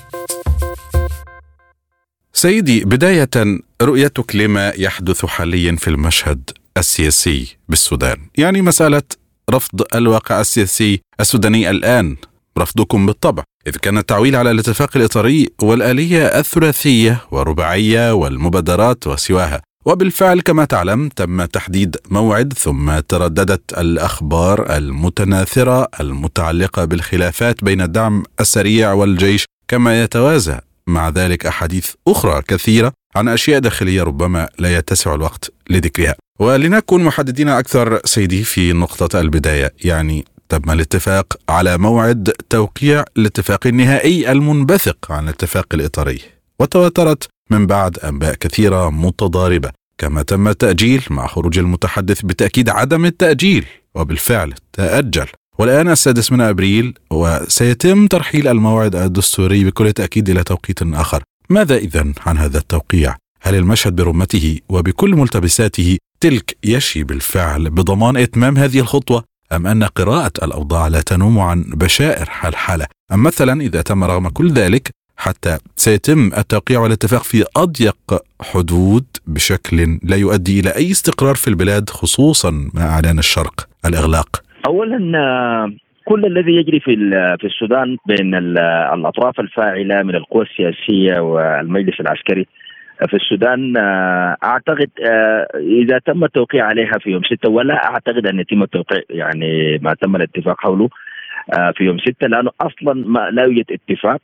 سيدي، بداية رؤيتك لما يحدث حاليا في المشهد السياسي بالسودان، يعني مسألة رفض الواقع السياسي السوداني الآن، رفضكم بالطبع، إذ كان التعويل على الاتفاق الإطاري والآلية الثلاثية والرباعية والمبادرات وسواها. وبالفعل كما تعلم تم تحديد موعد، ثم ترددت الأخبار المتناثرة المتعلقة بالخلافات بين الدعم السريع والجيش، كما يتوازى مع ذلك أحاديث أخرى كثيرة عن أشياء داخلية ربما لا يتسع الوقت لذكرها. ولنكن محددين أكثر سيدي في نقطة البداية، يعني تم الاتفاق على موعد توقيع الاتفاق النهائي المنبثق عن الاتفاق الإطاري، وتواترت من بعد أنباء كثيرة متضاربة، كما تم التأجيل مع خروج المتحدث بتأكيد عدم التأجيل، وبالفعل تأجل، والآن السادس من أبريل، وسيتم ترحيل الموعد الدستوري بكل تأكيد إلى توقيت آخر. ماذا إذن عن هذا التوقيع؟ هل المشهد برمته وبكل ملتبساته تلك يشي بالفعل بضمان إتمام هذه الخطوة، أم أن قراءة الأوضاع لا تنوم عن بشائر حالحالة، أم مثلا إذا تم رغم كل ذلك حتى سيتم التوقيع والاتفاق في أضيق حدود بشكل لا يؤدي إلى أي استقرار في البلاد، خصوصا مع إعلان الشرق الإغلاق؟ أولا كل الذي يجري في في السودان بين الأطراف الفاعلة من القوى السياسية والمجلس العسكري في السودان، أعتقد إذا تم التوقيع عليها في يوم ستة، ولا أعتقد أن يتم التوقيع يعني ما تم الاتفاق حوله في يوم ستة، لأنه أصلا ما لا يوجد اتفاق،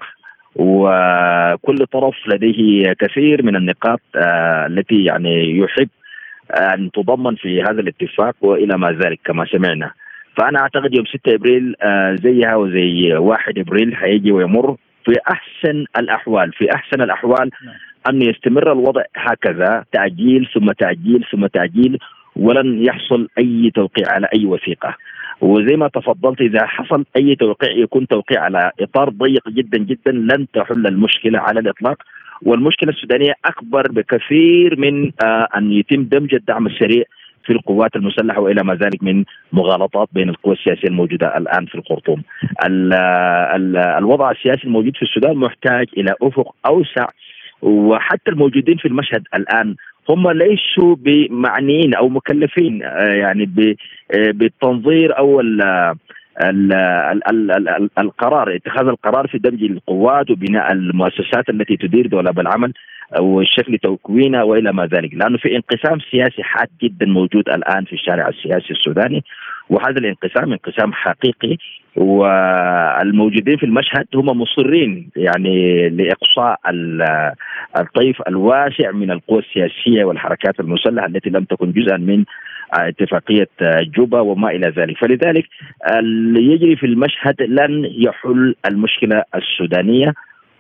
وكل طرف لديه كثير من النقاط التي يعني يحب أن تضمن في هذا الاتفاق وإلى ما ذلك كما سمعنا. فأنا أعتقد يوم ستة أبريل زيها وزي واحد أبريل هيجي ويمر في أحسن الأحوال، في أحسن الأحوال أن يستمر الوضع هكذا، تعجيل ثم تعجيل ثم تعجيل، ولن يحصل أي توقيع على أي وثيقة. وزي ما تفضلت إذا حصل أي توقيع يكون توقيع على إطار ضيق جدا جدا، لن تحل المشكلة على الإطلاق. والمشكلة السودانية أكبر بكثير من آه أن يتم دمج الدعم السريع في القوات المسلحة وإلى ما ذلك من مغالطات بين القوى السياسية الموجودة الآن في الخرطوم. ال ال الوضع السياسي الموجود في السودان محتاج إلى أفق أوسع، وحتى الموجودين في المشهد الآن هم ليسوا بمعنيين أو مكلفين يعني بالتنظير أو ال ال ال ال القرار اتخاذ القرار في دمج القوات وبناء المؤسسات التي تدير دولاب العمل والشكل تكوينها وإلى ما ذلك، لأنه في انقسام سياسي حاد جدا موجود الآن في الشارع السياسي السوداني، وهذا الانقسام انقسام حقيقي، والموجودين في المشهد هم مصرين يعني لإقصاء الطيف الواسع من القوى السياسية والحركات المسلحة التي لم تكن جزءا من اتفاقية جوبا وما إلى ذلك. فلذلك اللي يجري في المشهد لن يحل المشكلة السودانية،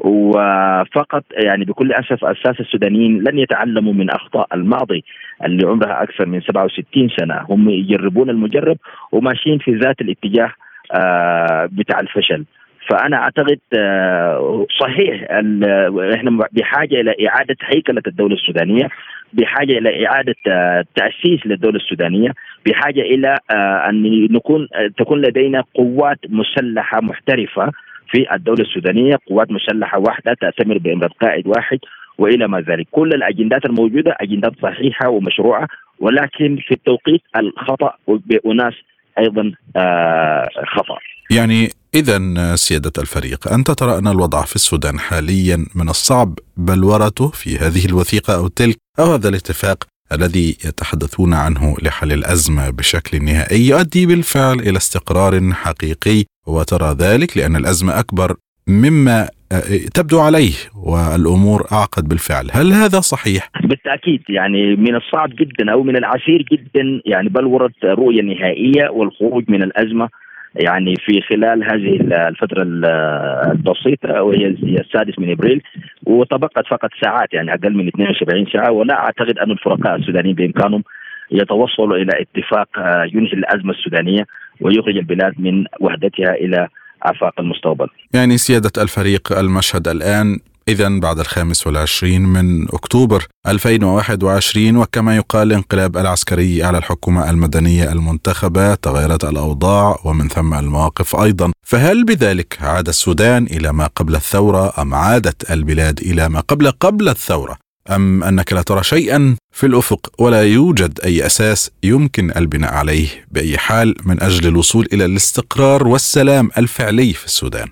وفقط يعني بكل أسف الساسة السودانيين لن يتعلموا من أخطاء الماضي اللي عمرها أكثر من سبعة وستين سنة. هم يجربون المجرب وماشيين في ذات الاتجاه بتاع الفشل. فأنا أعتقد صحيح إحنا بحاجة إلى إعادة هيكلة الدولة السودانية، بحاجة إلى إعادة تأسيس للدولة السودانية، بحاجة إلى أن نكون تكون لدينا قوات مسلحة محترفة في الدولة السودانية، قوات مسلحة واحدة تأتمر بإمرة قائد واحد وإلى ما ذلك. كل الأجندات الموجودة أجندات صحيحة ومشروعة، ولكن في التوقيت الخطأ بأناس أيضا خطأ. يعني إذن سيادة الفريق، أنت ترى أن الوضع في السودان حاليا من الصعب بلورته في هذه الوثيقة أو تلك أو هذا الاتفاق الذي يتحدثون عنه لحل الأزمة بشكل نهائي يؤدي بالفعل إلى استقرار حقيقي، وترى ذلك لأن الأزمة أكبر مما تبدو عليه والأمور أعقد بالفعل. هل هذا صحيح؟ بالتأكيد، يعني من الصعب جدا أو من العسير جدا يعني بلورة رؤية نهائية والخروج من الأزمة يعني في خلال هذه الفترة البسيطة وهي السادس من إبريل، وتبقت فقط ساعات يعني أقل من اثنين وسبعين ساعة. ولا أعتقد أن الفرقاء السودانيين بإمكانهم يتوصلوا إلى اتفاق ينهي الأزمة السودانية ويخرج البلاد من وحدتها إلى آفاق المستقبل. يعني سيادة الفريق، المشهد الآن إذن بعد الخامس والعشرين من أكتوبر ألفين وواحد وعشرين، وكما يقال الانقلاب العسكري على الحكومة المدنية المنتخبة، تغيرت الأوضاع ومن ثم المواقف أيضا. فهل بذلك عاد السودان إلى ما قبل الثورة، أم عادت البلاد إلى ما قبل قبل الثورة، أم أنك لا ترى شيئا في الأفق ولا يوجد أي أساس يمكن البناء عليه بأي حال من أجل الوصول إلى الاستقرار والسلام الفعلي في السودان؟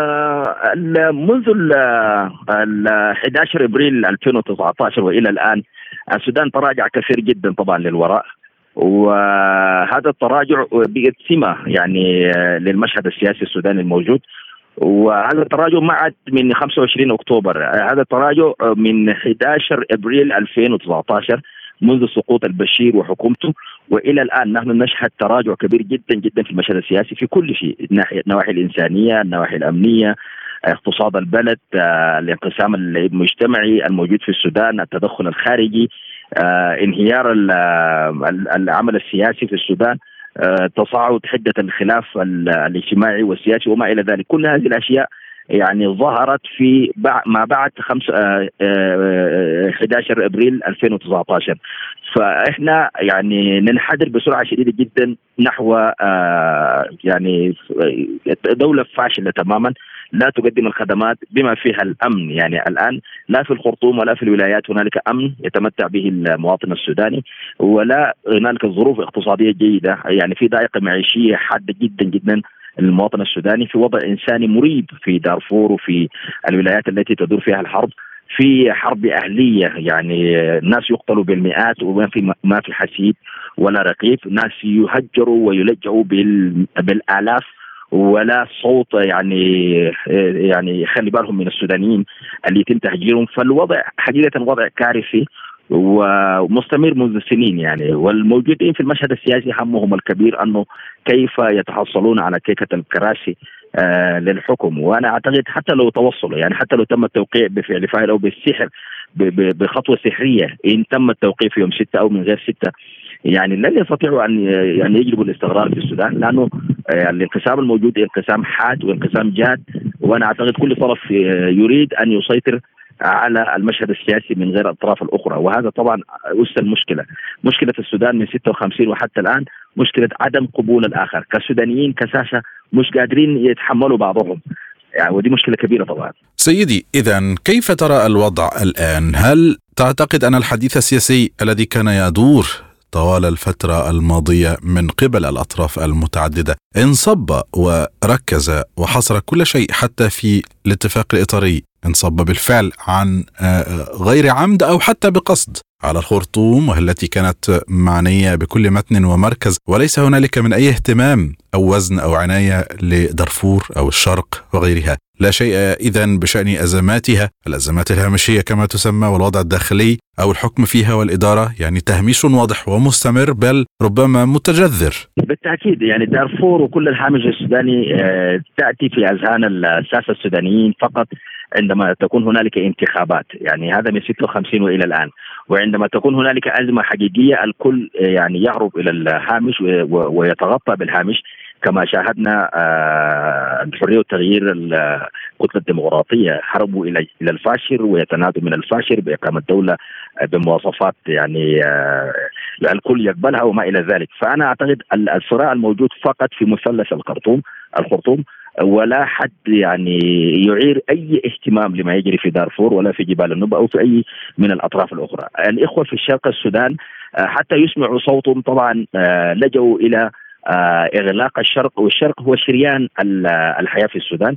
منذ ال أحد عشر إبريل ألفين وتسعة عشر وإلى الآن السودان تراجع كثير جدا طبعا للوراء، وهذا التراجع بقت سمة يعني للمشهد السياسي السوداني الموجود. وهذا التراجع ما عاد من خمسة وعشرين أكتوبر، هذا التراجع من أحد عشر إبريل ألفين وتسعة عشر منذ سقوط البشير وحكومته وإلى الآن. نحن نشهد تراجع كبير جدا جدا في المشهد السياسي في كل شيء، النواحي الإنسانية، النواحي الأمنية، اقتصاد البلد، الانقسام المجتمعي الموجود في السودان، التدخل الخارجي، انهيار العمل السياسي في السودان، تصاعد حدة الخلاف الاجتماعي والسياسي وما إلى ذلك. كل هذه الأشياء يعني ظهرت في ما بعد أحد عشر إبريل ألفين وتسعة عشر. فإحنا يعني ننحدر بسرعة شديدة جدا نحو يعني دولة فاشلة تماما لا تقدم الخدمات بما فيها الأمن. يعني الآن لا في الخرطوم ولا في الولايات هنالك أمن يتمتع به المواطن السوداني، ولا هنالك ظروف اقتصادية جيدة. يعني في ضائقة معيشية حادة جدا جدا المواطن السوداني، في وضع إنساني مريب في دارفور وفي الولايات التي تدور فيها الحرب، في حرب أهلية يعني الناس يقتلوا بالمئات وما في ما في حسيب ولا رقيب، ناس يهجروا ويلجأوا بالآلاف ولا صوت يعني يعني يخلي بالهم من السودانيين اللي يتم تهجيرهم. فالوضع حقيقة وضع كارثي ومستمر منذ سنين يعني. والموجودين في المشهد السياسي همهم الكبير أنه كيف يتحصلون على كيكة الكراسي آه للحكم. وأنا أعتقد حتى لو توصلوا يعني حتى لو تم التوقيع بفعل فاعل أو بالسحر بخطوة سحرية، إن تم التوقيع في يوم ستة أو من غير ستة، يعني لن يستطيعوا أن يعني يجلبوا الاستقرار في السودان، لأنه يعني الانقسام الموجود انقسام حاد وانقسام جاد. وأنا أعتقد كل طرف يريد أن يسيطر على المشهد السياسي من غير الأطراف الأخرى. وهذا طبعا أس المشكلة، مشكلة السودان من ستة وخمسين وحتى الآن مشكلة عدم قبول الآخر. كسودانيين كساسة مش قادرين يتحملوا بعضهم، يعني ودي مشكلة كبيرة طبعا. سيدي، إذن كيف ترى الوضع الآن؟ هل تعتقد أن الحديث السياسي الذي كان يدور طوال الفترة الماضية من قبل الأطراف المتعددة انصب وركز وحصر كل شيء حتى في الاتفاق الإطاري، انصب بالفعل عن غير عمد أو حتى بقصد على الخرطوم والتي كانت معنية بكل متن ومركز، وليس هنالك من أي اهتمام أو وزن أو عناية لدارفور أو الشرق وغيرها؟ لا شيء إذن بشأن أزماتها، الأزمات الهامشية كما تسمى، والوضع الداخلي أو الحكم فيها والإدارة، يعني تهميش واضح ومستمر بل ربما متجذر. بالتأكيد يعني دارفور وكل الهامش السوداني تأتي في أذهان الساسة السودانيين فقط عندما تكون هنالك انتخابات، يعني هذا من ستة وخمسين وإلى الآن. وعندما تكون هنالك أزمة حقيقية الكل يعني يهرب إلى الهامش ويتغطى بالهامش، كما شاهدنا الحرية والتغيير الكتلة الديمقراطية هربوا إلى إلى الفاشر ويتنادوا من الفاشر بإقامة دولة بمواصفات يعني الكل يقبلها وما إلى ذلك. فأنا أعتقد الصراع الموجود فقط في مثلث الخرطوم الخرطوم ولا حد يعني يعير أي اهتمام لما يجري في دارفور ولا في جبال النوبة أو في أي من الأطراف الأخرى. الإخوة في الشرق السودان حتى يسمعوا صوتهم طبعا لجوا إلى إغلاق الشرق، والشرق هو شريان الحياة في السودان.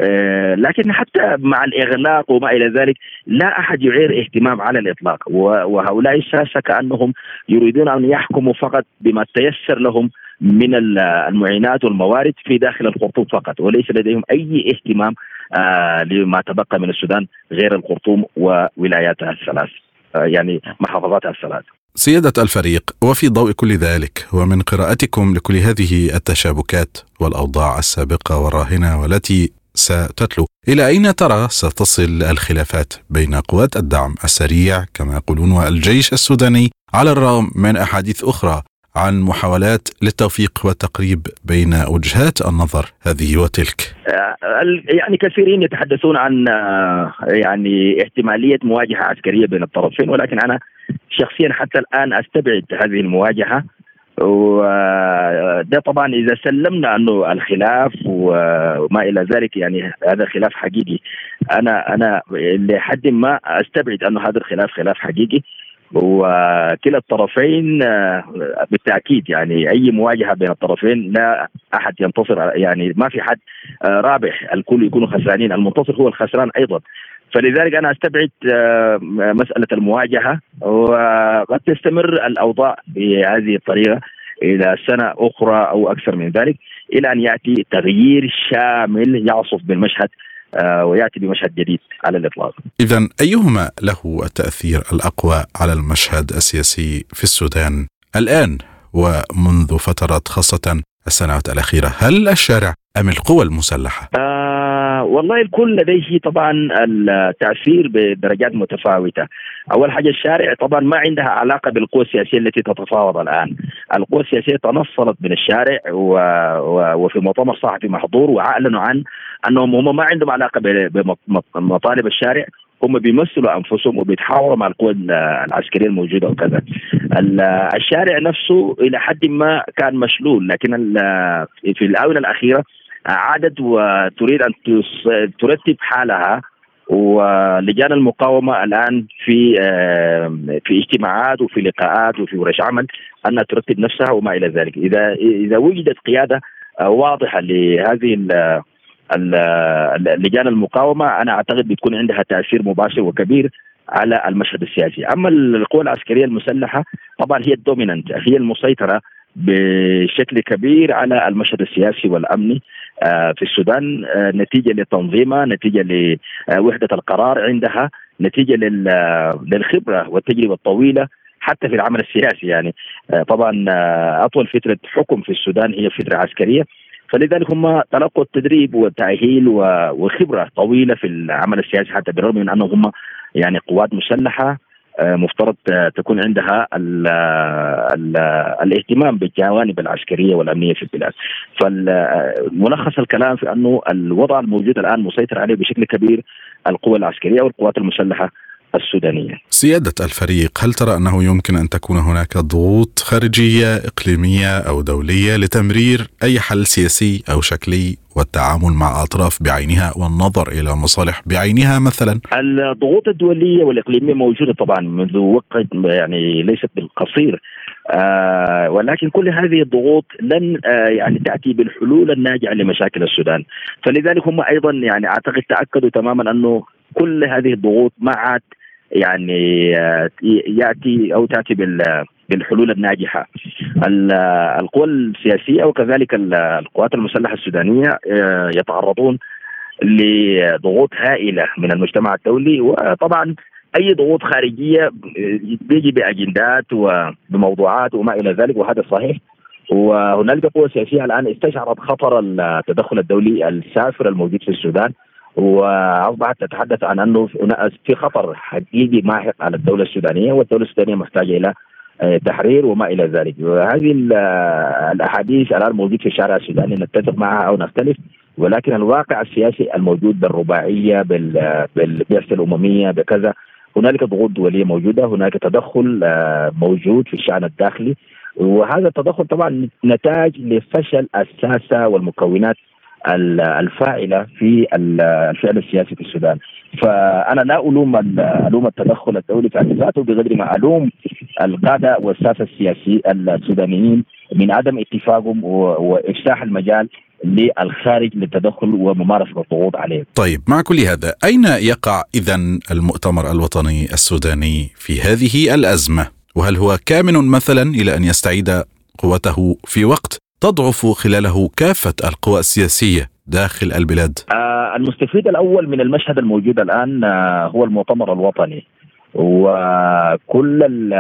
لكن حتى مع الإغلاق وما إلى ذلك لا أحد يعير اهتمام على الإطلاق، وهؤلاء الساسة كأنهم يريدون أن يحكموا فقط بما تيسر لهم من المعينات والموارد في داخل الخرطوم فقط، وليس لديهم أي اهتمام آه لما تبقى من السودان غير الخرطوم وولاياتها الثلاث، آه يعني محافظاتها الثلاث. سيادة الفريق، وفي ضوء كل ذلك ومن قراءتكم لكل هذه التشابكات والأوضاع السابقة والراهنة والتي ستتلو، إلى أين ترى ستصل الخلافات بين قوات الدعم السريع كما يقولون والجيش السوداني، على الرغم من أحاديث أخرى عن محاولات للتوفيق والتقريب بين وجهات النظر هذه وتلك؟ يعني كثيرين يتحدثون عن يعني احتمالية مواجهة عسكرية بين الطرفين، ولكن أنا شخصيا حتى الآن أستبعد هذه المواجهة. وده طبعا إذا سلمنا أنه الخلاف وما إلى ذلك يعني هذا خلاف حقيقي، أنا أنا لحد ما أستبعد أنه هذا الخلاف خلاف حقيقي، وكلا الطرفين بالتأكيد يعني أي مواجهة بين الطرفين لا أحد ينتصر، يعني ما في حد رابح، الكل يكونوا خسرانين، المنتصر هو الخسران أيضا. فلذلك أنا أستبعد مسألة المواجهة، وقد تستمر الأوضاع بهذه الطريقة إلى سنة أخرى أو أكثر من ذلك، إلى أن يأتي تغيير شامل يعصف بالمشهد ويأتي بمشهد جديد على الإطلاق. إذن أيهما له التأثير الأقوى على المشهد السياسي في السودان الآن ومنذ فترات، خاصة السنوات الأخيرة؟ هل الشارع أم القوى المسلحة؟ آه والله الكل لديه طبعا التأثير بدرجات متفاوتة. أول حاجة الشارع طبعا ما عندها علاقة بالقوى السياسية التي تتفاوض الآن. القوى السياسية تنصلت من الشارع و... و... وفي مؤتمر صحفي محظور وأعلنوا عن أنهم هم ما عندهم علاقة بمطالب الشارع، هم بيمثلوا أنفسهم وبيتحاوروا مع القوى العسكرية الموجودة وكذا. الشارع نفسه إلى حد ما كان مشلول، لكن في الآونة الأخيرة عادت وتريد أن ترتب حالها، ولجان المقاومة الآن في في اجتماعات وفي لقاءات وفي ورش عمل أنها ترتب نفسها وما إلى ذلك. إذا إذا وجدت قيادة واضحة لهذه لجان المقاومة أنا أعتقد بتكون عندها تأثير مباشر وكبير على المشهد السياسي. أما القوى العسكرية المسلحة طبعا هي الدومينانت، هي المسيطرة بشكل كبير على المشهد السياسي والأمني في السودان، نتيجة لتنظيمها، نتيجة لوحدة القرار عندها، نتيجة للخبرة والتجربة الطويلة حتى في العمل السياسي. يعني طبعا أطول فترة حكم في السودان هي فترة عسكرية، فلذلك هم تلقوا التدريب والتأهيل وخبرة طويلة في العمل السياسي، حتى بالرغم من أنهم هم يعني قوات مسلحة مفترض تكون عندها ال ال الاهتمام بالجوانب العسكرية والأمنية في البلاد. فملخص الكلام في أنه الوضع الموجود الآن مسيطر عليه بشكل كبير القوى العسكرية والقوات المسلحة السودانية. سيادة الفريق، هل ترى أنه يمكن أن تكون هناك ضغوط خارجية إقليمية أو دولية لتمرير أي حل سياسي أو شكلي والتعامل مع أطراف بعينها والنظر إلى مصالح بعينها مثلا؟ الضغوط الدولية والإقليمية موجودة طبعا منذ وقت يعني ليست بالقصير، آه ولكن كل هذه الضغوط لن آه يعني تأتي بالحلول الناجعة لمشاكل السودان. فلذلك هم أيضا يعني أعتقد تأكدوا تماما أنه كل هذه الضغوط ما عاد يعني يأتي أو تأتي بالحلول الناجحة. القوى السياسية وكذلك القوات المسلحة السودانية يتعرضون لضغوط هائلة من المجتمع الدولي، وطبعا أي ضغوط خارجية بيجي بأجندات وبموضوعات وما إلى ذلك، وهذا صحيح. وهنالك قوى سياسية الآن استشعرت خطر التدخل الدولي السافر الموجود في السودان، وأصبحت تتحدث عن أنه في خطر حقيقي ماحق على الدولة السودانية، والدولة السودانية محتاجة إلى تحرير وما إلى ذلك. وهذه الأحاديث الآن موجود في الشارع السوداني، نتفق معها أو نختلف، ولكن الواقع السياسي الموجود بالرباعية بالبعثة الأممية بكذا، هنالك ضغوط دولية موجودة، هناك تدخل موجود في الشأن الداخلي، وهذا التدخل طبعا نتاج لفشل الساسة والمكونات الفاعلة في الفعل السياسي في السودان. فأنا لا ألوم ألوم التدخل الدولي في ذاته بقدر ما ألوم القادة والساسة السياسي السودانيين من عدم اتفاقهم وإفساح المجال للخارج للتدخل وممارسة الضغوط عليه. طيب، مع كل هذا أين يقع إذن المؤتمر الوطني السوداني في هذه الأزمة؟ وهل هو كامن مثلا إلى أن يستعيد قوته في وقت تضعف خلاله كافة القوى السياسية داخل البلاد؟ آه المستفيد الأول من المشهد الموجود الآن آه هو المؤتمر الوطني، وكل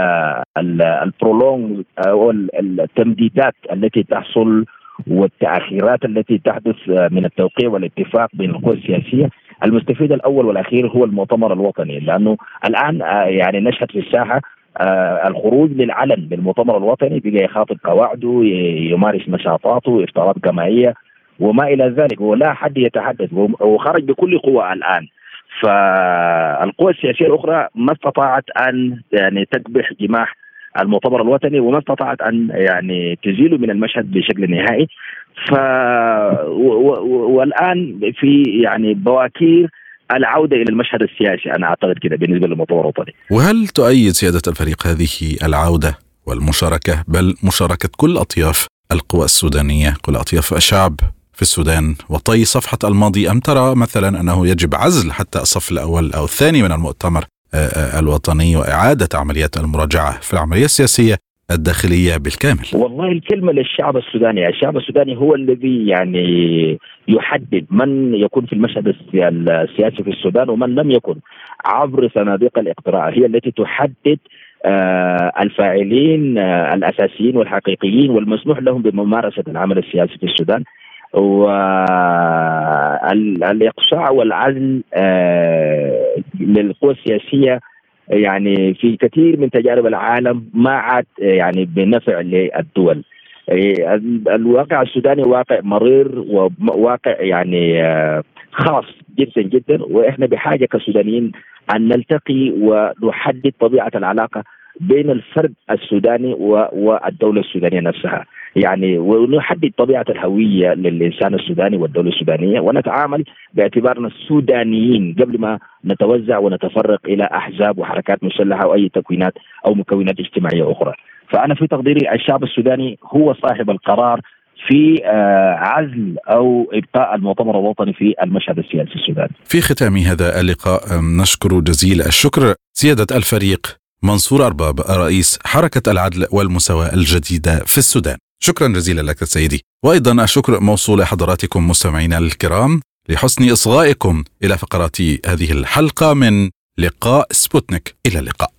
البرولونج أو التمديدات التي تحصل والتأخيرات التي تحدث من التوقيع والاتفاق بين القوى السياسية. المستفيد الأول والأخير هو المؤتمر الوطني، لأنه الآن آه يعني نشهد في الساحة آه الخروج للعلن للمؤتمر الوطني، بقى يخاطب قواعده، يمارس نشاطاته، إفطارات جماعية وما إلى ذلك، ولا حد يتحدث، وخرج بكل قوة الآن. فالقوى السياسية الأخرى ما استطاعت أن يعني تكبح جماح المؤتمر الوطني، وما استطاعت أن يعني تزيله من المشهد بشكل نهائي. ف والآن في يعني بواكير العودة إلى المشهد السياسي، أنا أعتقد كده بالنسبة للمؤتمر الوطني. وهل تؤيد سيادة الفريق هذه العودة والمشاركة، بل مشاركة كل أطياف القوى السودانية، كل أطياف الشعب في السودان، وطي صفحة الماضي، أم ترى مثلا أنه يجب عزل حتى الصف الأول أو الثاني من المؤتمر الوطني وإعادة عمليات المراجعة في العملية السياسية الداخلية بالكامل؟ والله الكلمة للشعب السوداني، الشعب السوداني هو الذي يعني يحدد من يكون في المشهد السياسي في السودان ومن لم يكن، عبر صناديق الاقتراع هي التي تحدد آه الفاعلين آه الأساسيين والحقيقيين والمسموح لهم بممارسة العمل السياسي في السودان. والإقصاء والعزل آه للقوى السياسية يعني في كثير من تجارب العالم ما عاد يعني بنفع للدول. الواقع السوداني واقع مرير وواقع يعني آه خاص جدا جدا، وإحنا بحاجة كسودانيين أن نلتقي ونحدد طبيعة العلاقة بين الفرد السوداني والدولة السودانية نفسها، يعني ونحدد طبيعة الهوية للإنسان السوداني والدولة السودانية، ونتعامل باعتبارنا السودانيين قبل ما نتوزع ونتفرق إلى أحزاب وحركات مسلحة أو أي تكوينات أو مكونات اجتماعية أخرى. فأنا في تقديري الشعب السوداني هو صاحب القرار في عزل أو إبقاء المؤتمر الوطني في المشهد السياسي السوداني. في ختام هذا اللقاء نشكر جزيل الشكر سيادة الفريق منصور أرباب، رئيس حركة العدل والمساواة الجديدة في السودان. شكرا جزيلا لك سيدي، وأيضا الشكر موصول لحضراتكم مستمعينا الكرام لحسن إصغائكم إلى فقرات هذه الحلقة من لقاء سبوتنيك. إلى اللقاء.